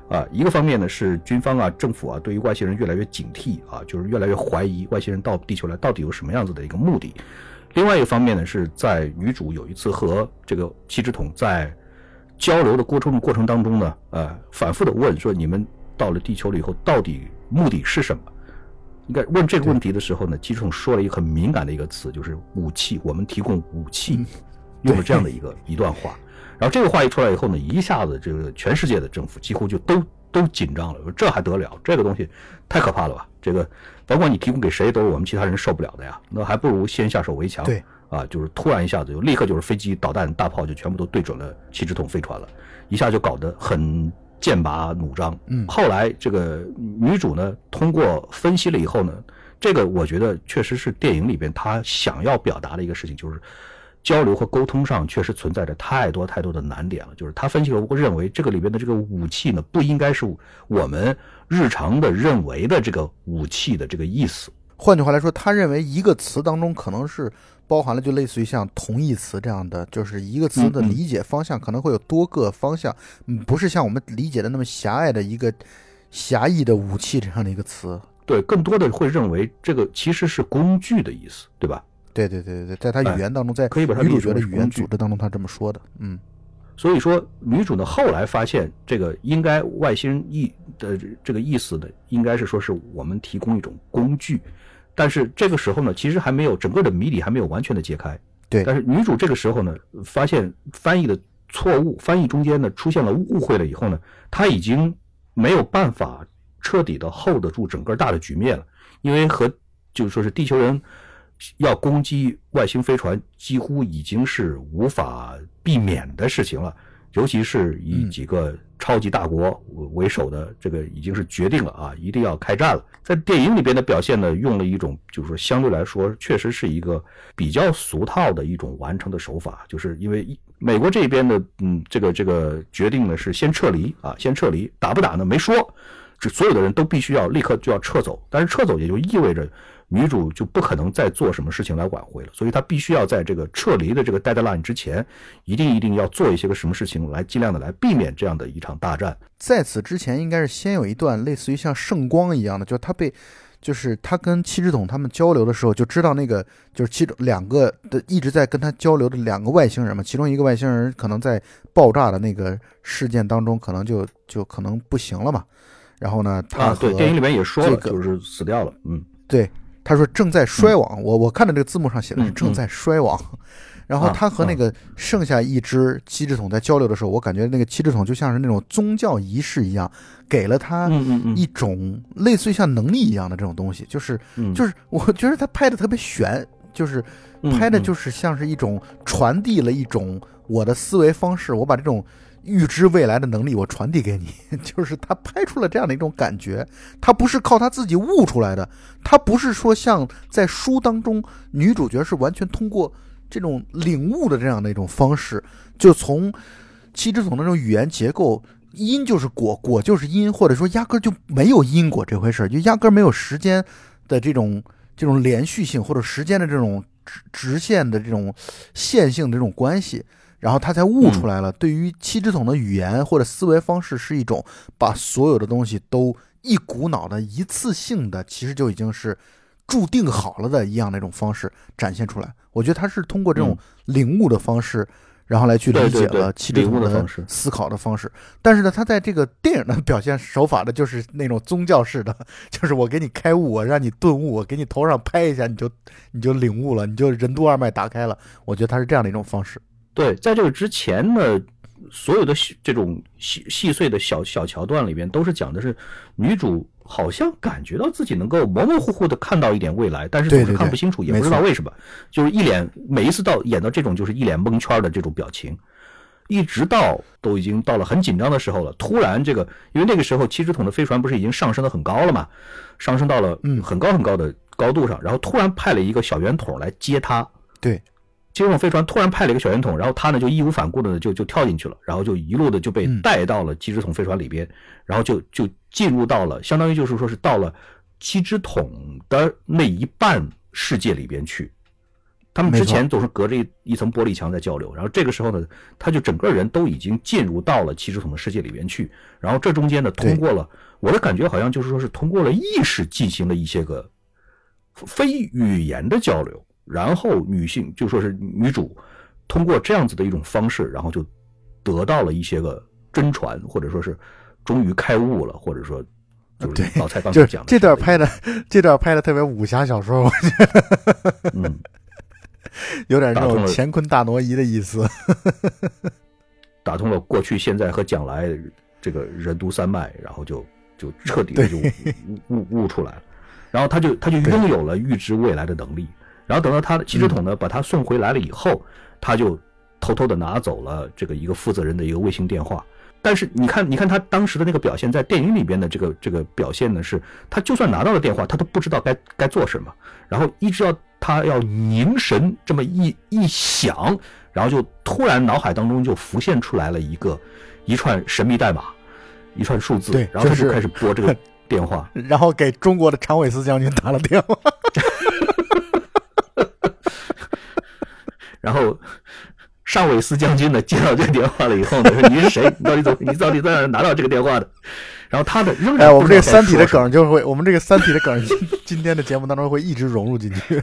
一个方面呢是军方啊、政府啊对于外星人越来越警惕啊，就是越来越怀疑外星人到地球来到底有什么样子的一个目的。另外一个方面呢是在女主有一次和这个七只桶在交流的过程当中呢，反复的问说你们到了地球了以后到底目的是什么？应该问这个问题的时候呢，七只桶说了一个很敏感的一个词，就是武器，我们提供武器，用了这样的一段话。然后这个话一出来以后呢，一下子这个全世界的政府几乎就都紧张了，这还得了？这个东西太可怕了吧？这个甭管你提供给谁，都是我们其他人受不了的呀。那还不如先下手为强。 对啊，就是突然一下子就立刻就是飞机、导弹、大炮就全部都对准了七只桶飞船了，一下就搞得很剑拔弩张。后来这个女主呢，通过分析了以后呢，这个我觉得确实是电影里边她想要表达的一个事情，就是交流和沟通上确实存在着太多的难点了。就是他分析了，我认为这个里边的这个武器呢，不应该是我们日常的认为的这个武器的这个意思。 换句话来说，他认为一个词当中可能是包含了就类似于像同义词这样的，就是一个词的理解方向可能会有多个方向，不是像我们理解的那么狭隘的一个狭义的武器这样的一个词。 对，更多的会认为这个其实是工具的意思，对吧？ 对，在他语言当中，在女主角的语言组织当中，他这么说的。 所以说女主呢后来发现，这个应该外星人的这个意思呢，应该是说是我们提供一种工具。但是这个时候呢，其实还没有整个的谜底还没有完全的揭开。 对。 但是女主这个时候呢，发现翻译的错误，翻译中间呢出现了误会了以后呢，她已经没有办法彻底的 hold 得住整个大的局面了，因为就是说是地球人要攻击外星飞船几乎已经是无法避免的事情了，尤其是以几个超级大国为首的这个已经是决定了啊，一定要开战了。在电影里边的表现呢，用了一种就是说相对来说确实是一个比较俗套的一种完成的手法，就是因为美国这边的这个决定呢是先撤离啊，先撤离，打不打呢没说，这所有的人都必须要立刻就要撤走，但是撤走也就意味着女主就不可能再做什么事情来挽回了，所以她必须要在这个撤离的这个 deadline 之前，一定要做一些个什么事情来尽量的来避免这样的一场大战。 在此之前，应该是先有一段类似于像圣光一样的，就是他跟七只桶他们交流的时候，就知道那个就是两个的一直在跟他交流的两个外星人嘛，其中一个外星人可能在爆炸的那个事件当中，可能就可能不行了嘛。然后呢，他对电影里面也说了，就是死掉了。 对。他说正在衰亡，我看到这个字幕上写的是正在衰亡。然后他和那个剩下一只七只桶在交流的时候，我感觉那个七只桶就像是那种宗教仪式一样，给了他一种类似于像能力一样的这种东西，就是我觉得他拍的特别悬，就是拍的就是像是一种传递了一种我的思维方式，我把这种预知未来的能力我传递给你，就是他拍出了这样的一种感觉。他不是靠他自己悟出来的，他不是说像在书当中女主角是完全通过这种领悟的这样的一种方式，就从七只桶那种语言结构，因就是果，果就是因，或者说压根就没有因果这回事，就压根没有时间的这种连续性，或者时间的这种直线的这种线性的这种关系。然后他才悟出来了，对于七只桶的语言或者思维方式是一种把所有的东西都一股脑的一次性的，其实就已经是注定好了的一样的一种方式展现出来。我觉得他是通过这种领悟的方式，然后来去理解了七只桶的思考的方式。但是呢，他在这个电影的表现手法的就是那种宗教式的，就是我给你开悟，我让你顿悟，我给你头上拍一下，你就领悟了，你就任督二脉打开了。我觉得他是这样的一种方式。 对，在这个之前呢，所有的这种细碎的小桥段里边，都是讲的是女主好像感觉到自己能够模模糊糊的看到一点未来，但是总是看不清楚，也不知道为什么，就是每一次演到这种就是一脸蒙圈的这种表情，一直到都已经到了很紧张的时候了，突然因为那个时候七只桶的飞船不是已经上升得很高了嘛，上升到了很高很高的高度上，然后突然派了一个小圆筒来接它。 对。 七只桶飞船突然派了一个小圆筒，然后他呢就义无反顾的就跳进去了，然后就一路的就被带到了七只桶飞船里边，然后就进入到了相当于就是说是到了七只桶的那一半世界里边去。 他们之前总是隔着一层玻璃墙在交流，然后这个时候呢，他就整个人都已经进入到了七只桶的世界里边去，然后这中间呢，通过了我的感觉好像就是说是通过了意识进行了一些个非语言的交流，然后女性就说是女主通过这样子的一种方式，然后就得到了一些个真传，或者说是终于开悟了，或者说就是老蔡刚才讲的这段拍的特别武侠小说，我觉得有点那种乾坤大挪移的意思， 打通了过去现在和将来这个任督三脉，然后就彻底的就悟出来了，然后他就拥有了预知未来的能力，然后等到他的七只桶呢把他送回来了以后，他就偷偷的拿走了这个一个负责人的一个卫星电话。但是你看他当时的那个表现，在电影里边的这个表现呢，是他就算拿到了电话，他都不知道该做什么，然后一直到他要凝神这么一想，然后就突然脑海当中就浮现出来了一串神秘代码，一串数字，然后他就开始拨这个电话， 然后给中国的常伟思将军打了电话， 然后尚伟思将军呢接到这个电话了以后呢，说你是谁？你到底在哪拿到这个电话的？然后他的仍然我们这个三体的梗就会，我们这个三体的梗今天的节目当中会一直融入进去。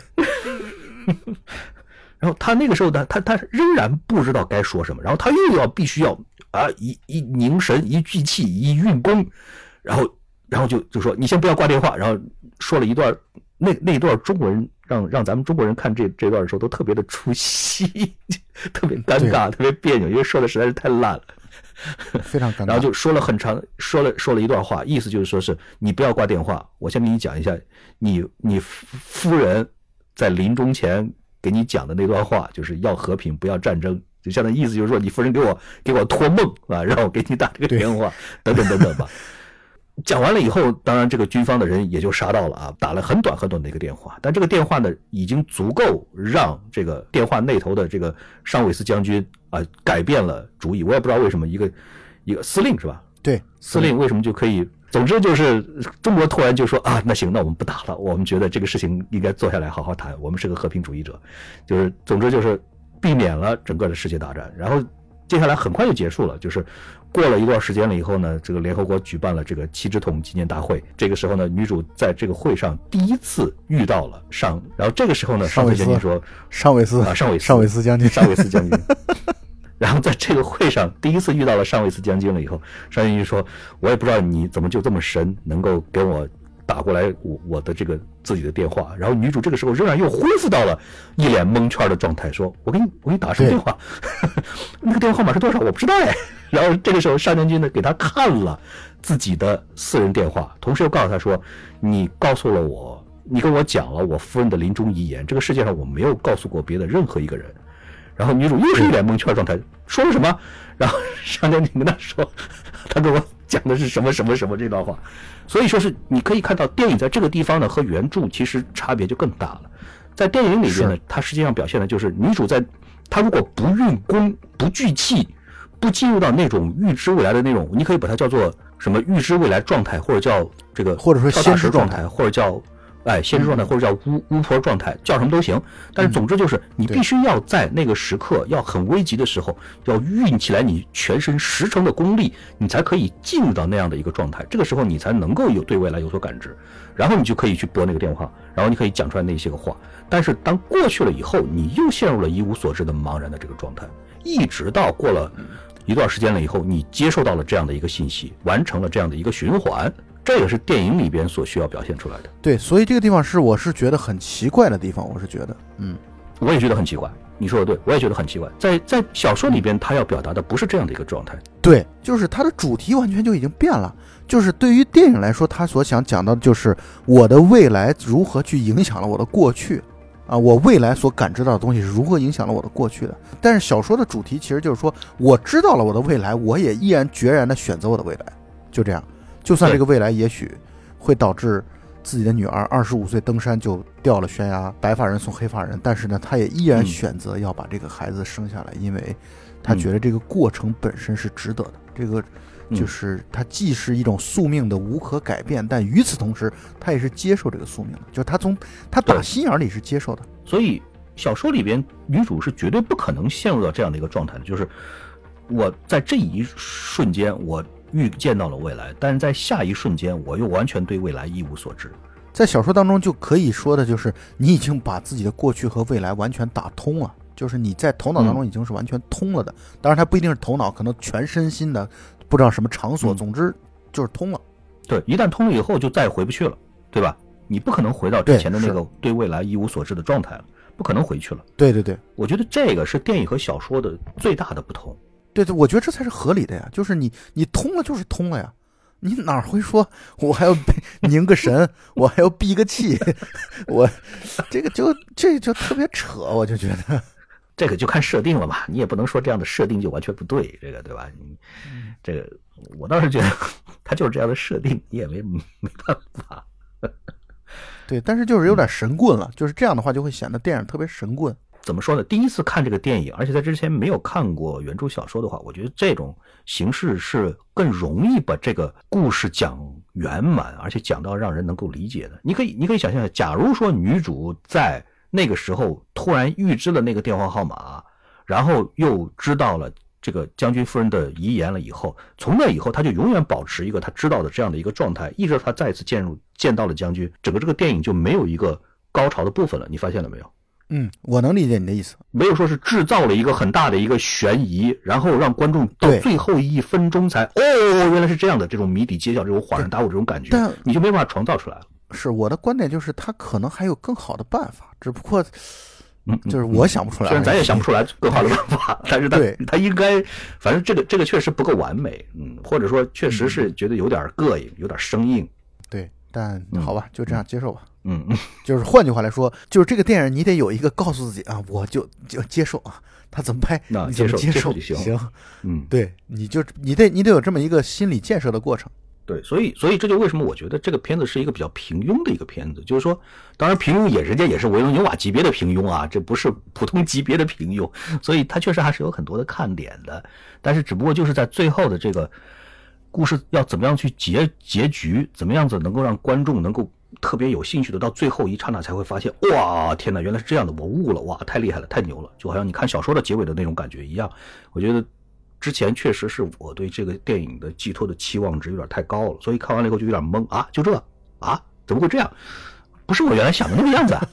然后他那个时候呢，他仍然不知道该说什么，然后他又必须要一凝神，一聚气，一运功，然后就说你先不要挂电话，然后说了一段那一段中国人让咱们中国人看这段的时候都特别的出戏，特别尴尬，特别别扭，因为说的实在是太烂了， 非常尴尬。 然后就说了很长，说了一段话，意思就是说是你不要挂电话，我先给你讲一下你夫人在临终前给你讲的那段话，就是要和平不要战争，就相当于意思就是说你夫人给我托梦啊，让我给你打这个电话等等吧。讲完了以后，当然这个军方的人也就杀到了啊，打了很短的一个电话，但这个电话呢已经足够让这个电话那头的这个尚韦斯将军改变了主意。我也不知道为什么一个司令是吧？ 对， 司令为什么就可以？总之就是中国突然就说那行，那我们不打了，我们觉得这个事情应该坐下来好好谈，我们是个和平主义者，就是总之就是避免了整个的世界大战。然后接下来很快就结束了，就是过了一段时间了以后呢，这个联合国举办了这个七只桶纪念大会。这个时候呢，女主在这个会上第一次遇到了然后这个时候呢，尚伟将军说，尚伟思将军，然后在这个会上第一次遇到了尚韦斯将军了以后，尚将军说，我也不知道你怎么就这么神，能够给我打过来我的这个自己的电话。然后女主这个时候仍然又恢复到了一脸蒙圈的状态，说我给你打什么电话那个电话号码是多少我不知道哎。然后这个时候尚将军呢给他看了自己的私人电话，同时又告诉他说，你告诉了我，你跟我讲了我夫人的临终遗言，这个世界上我没有告诉过别的任何一个人。然后女主又是一脸蒙圈状态，说了什么？然后尚将军跟他说，他跟我讲的是什么这段话。所以说是你可以看到电影在这个地方呢和原著其实差别就更大了。在电影里边呢，它实际上表现的就是女主她如果不运功、不聚气、不进入到那种预知未来的那种，你可以把它叫做什么预知未来状态，或者叫这个或者说先知状态，或者叫先知状态，或者叫巫婆状态，叫什么都行。但是总之就是你必须要在那个时刻要很危急的时候，要运起来你全身10成的功力，你才可以进入到那样的一个状态。这个时候你才能够对未来有所感知，然后你就可以去拨那个电话，然后你可以讲出来那些个话。但是当过去了以后，你又陷入了一无所知的茫然的这个状态，一直到过了一段时间了以后，你接受到了这样的一个信息，完成了这样的一个循环。这也是电影里边所需要表现出来的。 对，所以这个地方我是觉得很奇怪的地方，我是觉得， 我也觉得很奇怪。你说的对，我也觉得很奇怪。在小说里边，他要表达的不是这样的一个状态。 对，就是它的主题完全就已经变了。就是对于电影来说，他所想讲到的就是我的未来如何去影响了我的过去啊，我未来所感知到的东西是如何影响了我的过去的。但是小说的主题其实就是说，我知道了我的未来，我也毅然决然的选择我的未来，就这样。就算这个未来也许会导致自己的女儿25岁登山就掉了悬崖，白发人送黑发人，但是呢，他也依然选择要把这个孩子生下来，因为他觉得这个过程本身是值得的。这个就是他既是一种宿命的无可改变，但与此同时，他也是接受这个宿命的，就是他打心眼里是接受的。 所以小说里边女主是绝对不可能陷入到这样的一个状态的，就是我在这一瞬间我预见到了未来，但是在下一瞬间我又完全对未来一无所知。 在小说当中就可以说的就是你已经把自己的过去和未来完全打通了，就是你在头脑当中已经是完全通了的。当然它不一定是头脑，可能全身心的不知道什么场所，总之就是通了。 对，一旦通了以后就再也回不去了，对吧？你不可能回到之前的那个对未来一无所知的状态了，不可能回去了。 对对对，我觉得这个是电影和小说的最大的不同。 对对，我觉得这才是合理的呀，就是你通了就是通了呀。你哪会说我还要凝个神，我还要闭个气，我这就特别扯，我就觉得这个就看设定了嘛，你也不能说这样的设定就完全不对，这个对吧？这个我倒是觉得他就是这样的设定，你也没办法。 对，但是就是有点神棍了，就是这样的话就会显得电影特别神棍。 怎么说呢？第一次看这个电影，而且在之前没有看过原著小说的话，我觉得这种形式是更容易把这个故事讲圆满，而且讲到让人能够理解的。你可以想象，假如说女主在那个时候突然预知了那个电话号码，然后又知道了这个将军夫人的遗言了以后，从那以后她就永远保持一个她知道的这样的一个状态，一直到她再次见到了将军，整个这个电影就没有一个高潮的部分了。你发现了没有？ 我能理解你的意思， 没有说是制造了一个很大的一个悬疑，然后让观众到最后1分钟才原来是这样的，这种谜底揭晓，这种恍然大悟这种感觉，你就没办法创造出来了。 是我的观点就是他可能还有更好的办法，只不过就是我想不出来， 虽然咱也想不出来更好的办法，但是他应该，反正这个确实不够完美，或者说确实是觉得有点膈应，有点生硬。 对，但好吧，就这样接受吧。就是换句话来说，就是这个电影你得有一个告诉自己啊，我就接受啊，他怎么拍，你怎么接受就行。 对，你得有这么一个心理建设的过程。 对，所以这就为什么我觉得这个片子是一个比较平庸的一个片子，就是说，当然平庸人家也是维伦纽瓦级别的平庸啊，这不是普通级别的平庸，所以它确实还是有很多的看点的，但是只不过就是在最后的这个故事要怎么样去结局，怎么样子能够让观众能够特别有兴趣的，到最后一刹那才会发现，哇，天哪，原来是这样的，我悟了，哇，太厉害了，太牛了，就好像你看小说的结尾的那种感觉一样。我觉得之前确实是我对这个电影的寄托的期望值有点太高了，所以看完了以后就有点懵啊，就这啊，怎么会这样？不是我原来想的那个样子啊，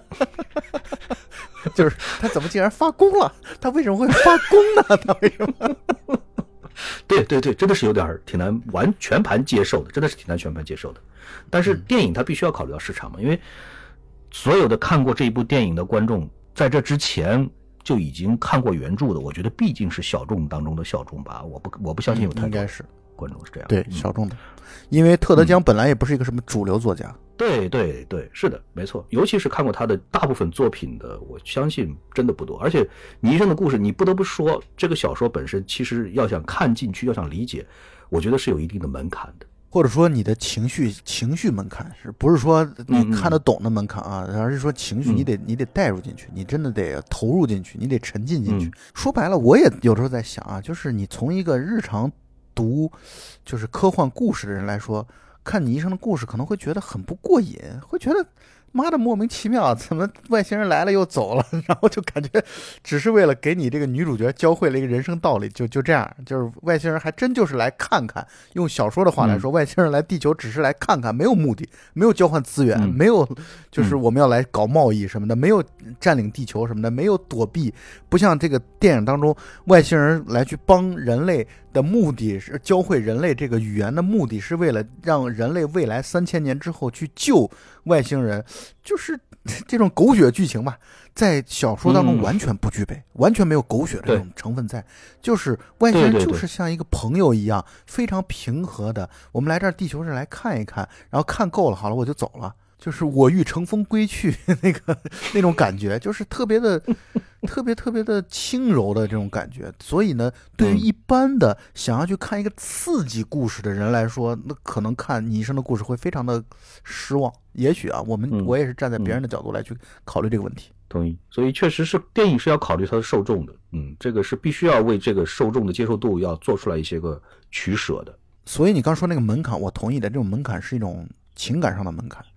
就是他怎么竟然发功了？他为什么会发功呢？他为什么？ 对，真的是有点挺难全盘接受的，真的是挺难全盘接受的。但是电影它必须要考虑到市场嘛，因为所有的看过这一部电影的观众，在这之前就已经看过原著的，我觉得毕竟是小众当中的小众吧，我不相信有太多观众是这样。 对，小众的，因为特德·江本来也不是一个什么主流作家。 对，是的，没错。尤其是看过他的大部分作品的，我相信真的不多。而且《你一生的故事》，你不得不说，这个小说本身其实要想看进去，要想理解，我觉得是有一定的门槛的。 或者说你的情绪门槛，是不是说你看得懂的门槛啊？而是说情绪你得带入进去，你真的得投入进去，你得沉浸进去。说白了，我也有时候在想啊，就是你从一个日常读就是科幻故事的人来说，看你一生的故事可能会觉得很不过瘾，会觉得妈的莫名其妙，怎么外星人来了又走了，然后就感觉只是为了给你这个女主角教会了一个人生道理，就这样，就是外星人还真就是来看看，用小说的话来说，外星人来地球只是来看看，没有目的，没有交换资源，没有就是我们要来搞贸易什么的，没有占领地球什么的，没有躲避，不像这个电影当中外星人来去帮人类的目的是教会人类这个语言的目的是为了让人类未来3000年之后去救外星人，就是这种狗血剧情吧，在小说当中完全不具备，完全没有狗血的这种成分在，就是外星人就是像一个朋友一样，非常平和的，我们来这儿地球是来看一看，然后看够了，好了我就走了，就是我欲乘风归去那种感觉，就是特别的轻柔的这种感觉。所以呢，对于一般的想要去看一个刺激故事的人来说，那可能看你一生的故事会非常的失望。也许啊，我也是站在别人的角度来去考虑这个问题。 同意。所以确实是电影是要考虑它的受众的，这个是必须要为这个受众的接受度要做出来一些个取舍的。 所以你刚说那个门槛，我同意的，这种门槛是一种情感上的门槛。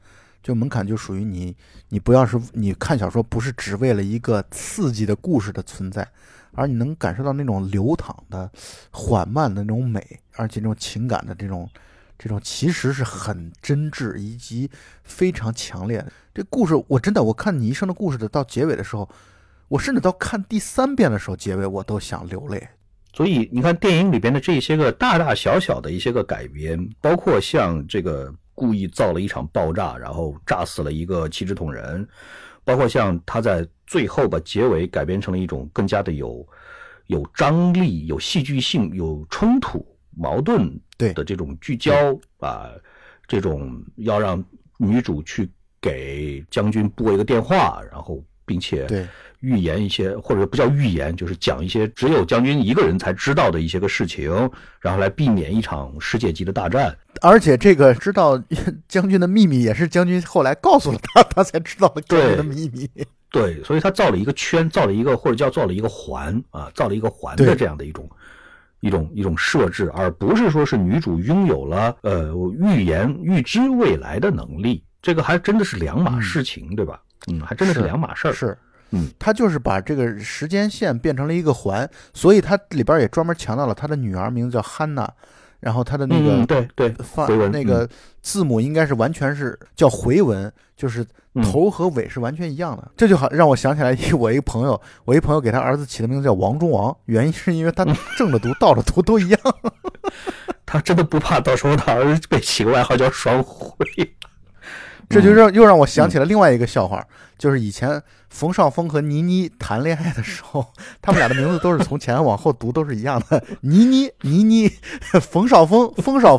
就门槛就属于你不要是你看小说不是只为了一个刺激的故事的存在，而你能感受到那种流淌的缓慢的那种美，而且这种情感的这种其实是很真挚以及非常强烈的。这故事我看你一生的故事的到结尾的时候，我甚至到看第3遍的时候结尾我都想流泪。 所以你看电影里边的这些个大大小小的一些个改编，包括像这个故意造了一场爆炸，然后炸死了一个七支筒人，包括像他在最后把结尾改编成了一种更加的有张力、有戏剧性、有冲突、矛盾的这种聚焦啊，这种要让女主去给将军拨一个电话，然后并且预言一些，或者不叫预言，就是讲一些只有将军一个人才知道的一些个事情，然后来避免一场世界级的大战。 而且这个知道将军的秘密也是将军后来告诉了他才知道了将军的秘密。 对，所以他造了一个圈，造了一个或者叫造了一个环啊，造了一个环的这样的一种设置，而不是说是女主拥有了预知未来的能力，这个还真的是两码事情，对吧？还真的是两码事儿。 是。他就是把这个时间线变成了一个环，所以他里边也专门强调了他的女儿名字叫汉娜，然后他的那个对回文那个字母应该是完全是叫回文，就是头和尾是完全一样的。这就好让我想起来我一朋友给他儿子起的名字叫王中王，原因是因为他正着读倒着读都一样。 他真的不怕到时候他儿子被起个外号叫双辉。 这就又让我想起了另外一个笑话，就是以前冯绍峰和倪妮谈恋爱的时候，他们俩的名字都是从前往后读都是一样的，倪妮，冯绍峰，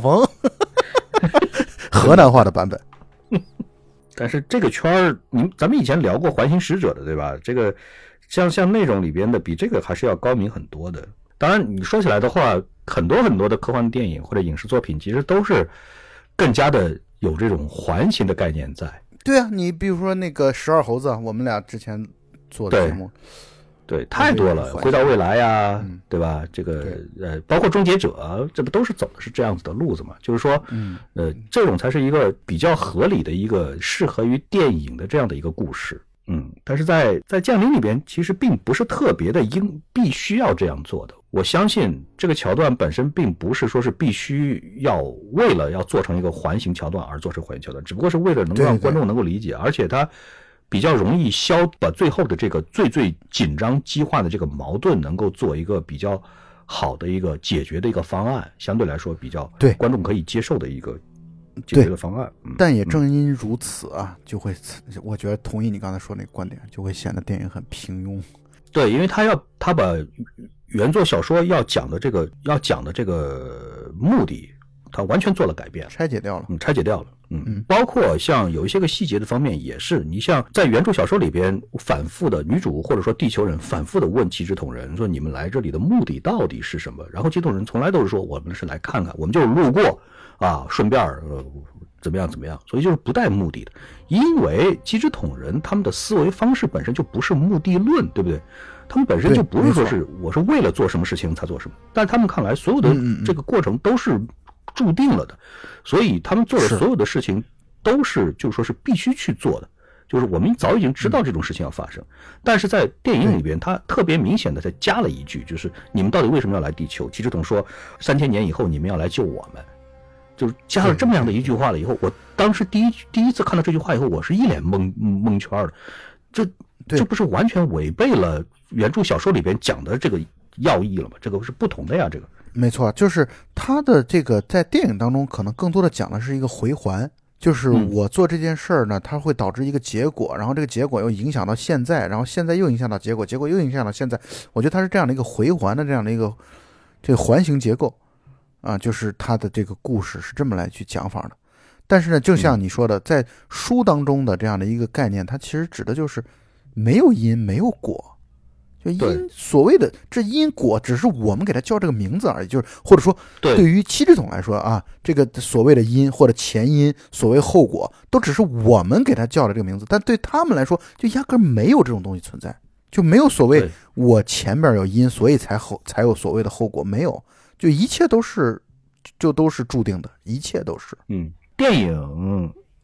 河南话的版本。 但是这个圈儿，咱们以前聊过《环形使者》的，对吧？这个像那种里边的，比这个还是要高明很多的。当然，你说起来的话，很多的科幻电影或者影视作品，其实都是更加的有这种环形的概念在。 对啊，你比如说那个12猴子，我们俩之前做的节目， 对，太多了，回到未来呀，对吧？这个包括终结者，这不都是走的是这样子的路子嘛？就是说，这种才是一个比较合理的一个适合于电影的这样的一个故事。但是在降临里边，其实并不是特别的必须要这样做的。我相信这个桥段本身并不是说是必须要为了要做成一个环形桥段而做成环形桥段，只不过是为了能够让观众能够理解，而且它比较容易把最后的这个最紧张激化的这个矛盾能够做一个比较好的一个解决的一个方案，相对来说比较观众可以接受的一个解决的方案。 但也正因如此啊，就会我觉得同意你刚才说那个观点，就会显得电影很平庸。 对，因为他把原作小说要讲的这个目的，他完全做了改变， 拆解掉了。 包括像有一些个细节的方面也是，你像在原著小说里边反复的女主或者说地球人反复的问七支筒人说你们来这里的目的到底是什么，然后七支筒人从来都是说我们是来看看，我们就是路过啊，顺便怎么样，所以就是不带目的的。因为七支筒人他们的思维方式本身就不是目的论，对不对？他们本身就不是说是我是为了做什么事情才做什么，但他们看来所有的这个过程都是注定了的，所以他们做的所有的事情都是就是说是必须去做的，就是我们早已经知道这种事情要发生，但是在电影里边他特别明显的再加了一句，就是你们到底为什么要来地球？七支筒说3000年以后你们要来救我们，就是加了这么样的一句话了以后，我当时第一次看到这句话以后，我是一脸蒙圈的，这不是完全违背了原著小说里边讲的这个要义了吗？这个是不同的呀，这个没错，就是他的这个在电影当中可能更多的讲的是一个回环，就是我做这件事儿呢，它会导致一个结果，然后这个结果又影响到现在，然后现在又影响到结果，结果又影响到现在。我觉得它是这样的一个回环的这样的一个这个环形结构啊，就是它的这个故事是这么来去讲法的。但是呢，就像你说的，在书当中的这样的一个概念，它其实指的就是没有因没有果。就因所谓的这因果只是我们给它叫这个名字而已，就是或者说对于七支筒来说啊，这个所谓的因或者前因，所谓后果，都只是我们给它叫的这个名字，但对他们来说就压根没有这种东西存在，就没有所谓我前面有因所以才有所谓的后果，没有，就一切都是注定的，一切都是。 电影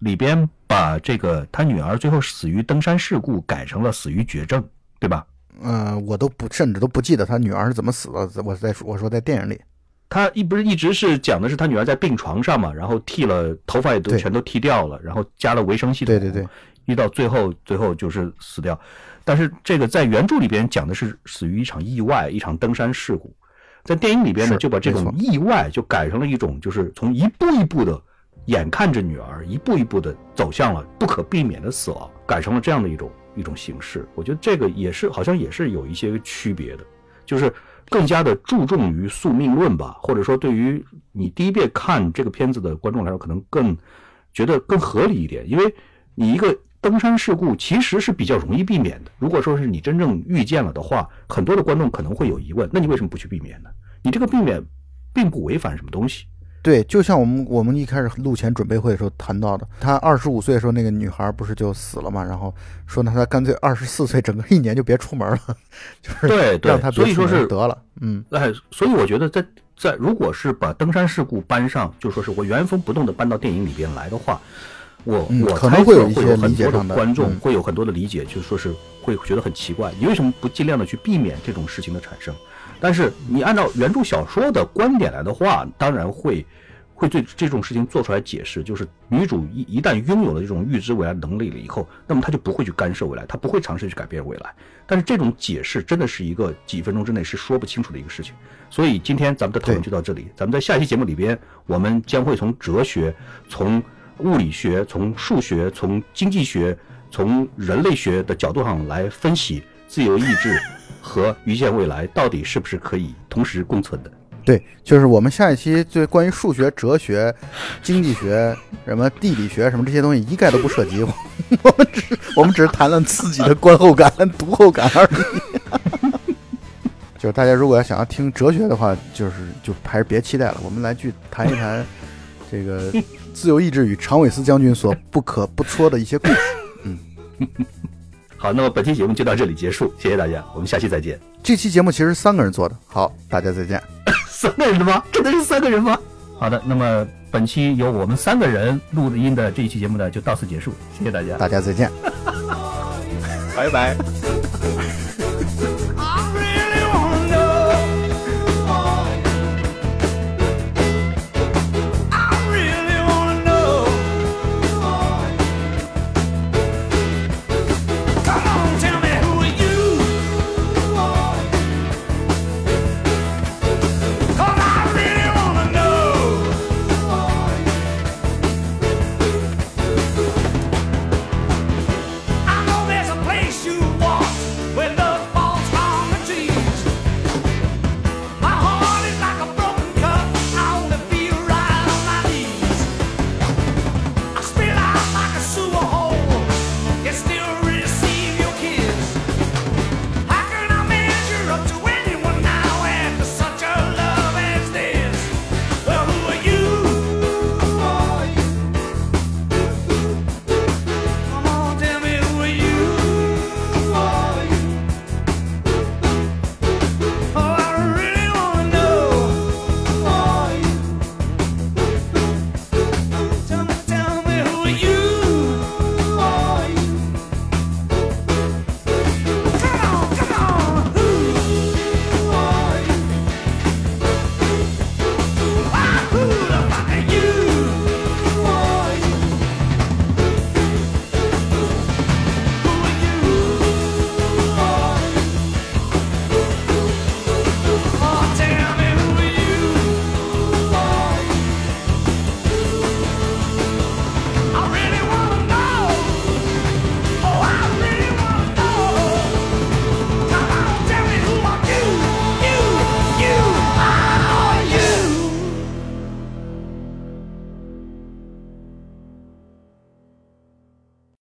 里边把这个他女儿最后死于登山事故改成了死于绝症，对吧？ 我甚至都不记得他女儿是怎么死的。我说在电影里， 他不是一直是讲的是他女儿在病床上嘛，然后剃了头发也都全都剃掉了，然后加了维生系统， 对， 一到最后就是死掉。但是这个在原著里边讲的是死于一场意外，一场登山事故。在电影里边呢，就把这种意外就改成了一种，就是从一步一步的眼看着女儿一步一步的走向了不可避免的死亡，改成了这样的一种形式。我觉得这个好像也是有一些区别的，就是更加的注重于宿命论吧，或者说对于你第一遍看这个片子的观众来说，可能更觉得更合理一点，因为你一个登山事故其实是比较容易避免的，如果说是你真正遇见了的话，很多的观众可能会有疑问，那你为什么不去避免呢？你这个避免并不违反什么东西。 对，就像我们一开始录前准备会的时候谈到的，他25岁的时候那个女孩不是就死了嘛，然后说呢他干脆24岁整个1年就别出门了，就是对， 让他别出门得了。 所以我觉得在如果是把登山事故搬上，就说是我原封不动的搬到电影里边来的话，我可能会有一些很多的观众会有很多的理解，就是说是会觉得很奇怪，你为什么不尽量的去避免这种事情的产生？但是你按照原著小说的观点来的话，当然会对这种事情做出来解释，就是女主一旦拥有了这种预知未来能力了以后，那么她就不会去干涉未来，她不会尝试去改变未来。但是这种解释真的是一个几分钟之内是说不清楚的一个事情。所以今天咱们的讨论就到这里，咱们在下期节目里边，我们将会从哲学、从物理学、从数学、从经济学、从人类学的角度上来分析自由意志和预见未来到底是不是可以同时共存的。 对，就是我们下一期对关于数学、哲学、经济学、什么地理学什么这些东西一概都不涉及，我们只是谈论自己的观后感、读后感而已。就是大家如果想要听哲学的话，就还是别期待了，我们来去谈一谈这个自由意志与长尾斯将军所不可不说的一些故事。 好，那么本期节目就到这里结束，谢谢大家，我们下期再见。 这期节目其实3个人做的，好，大家再见。 3个人的吗？真的是3个人吗？好的，那么本期由我们3个人录的音的这一期节目呢，就到此结束，谢谢大家， 大家再见， 拜拜。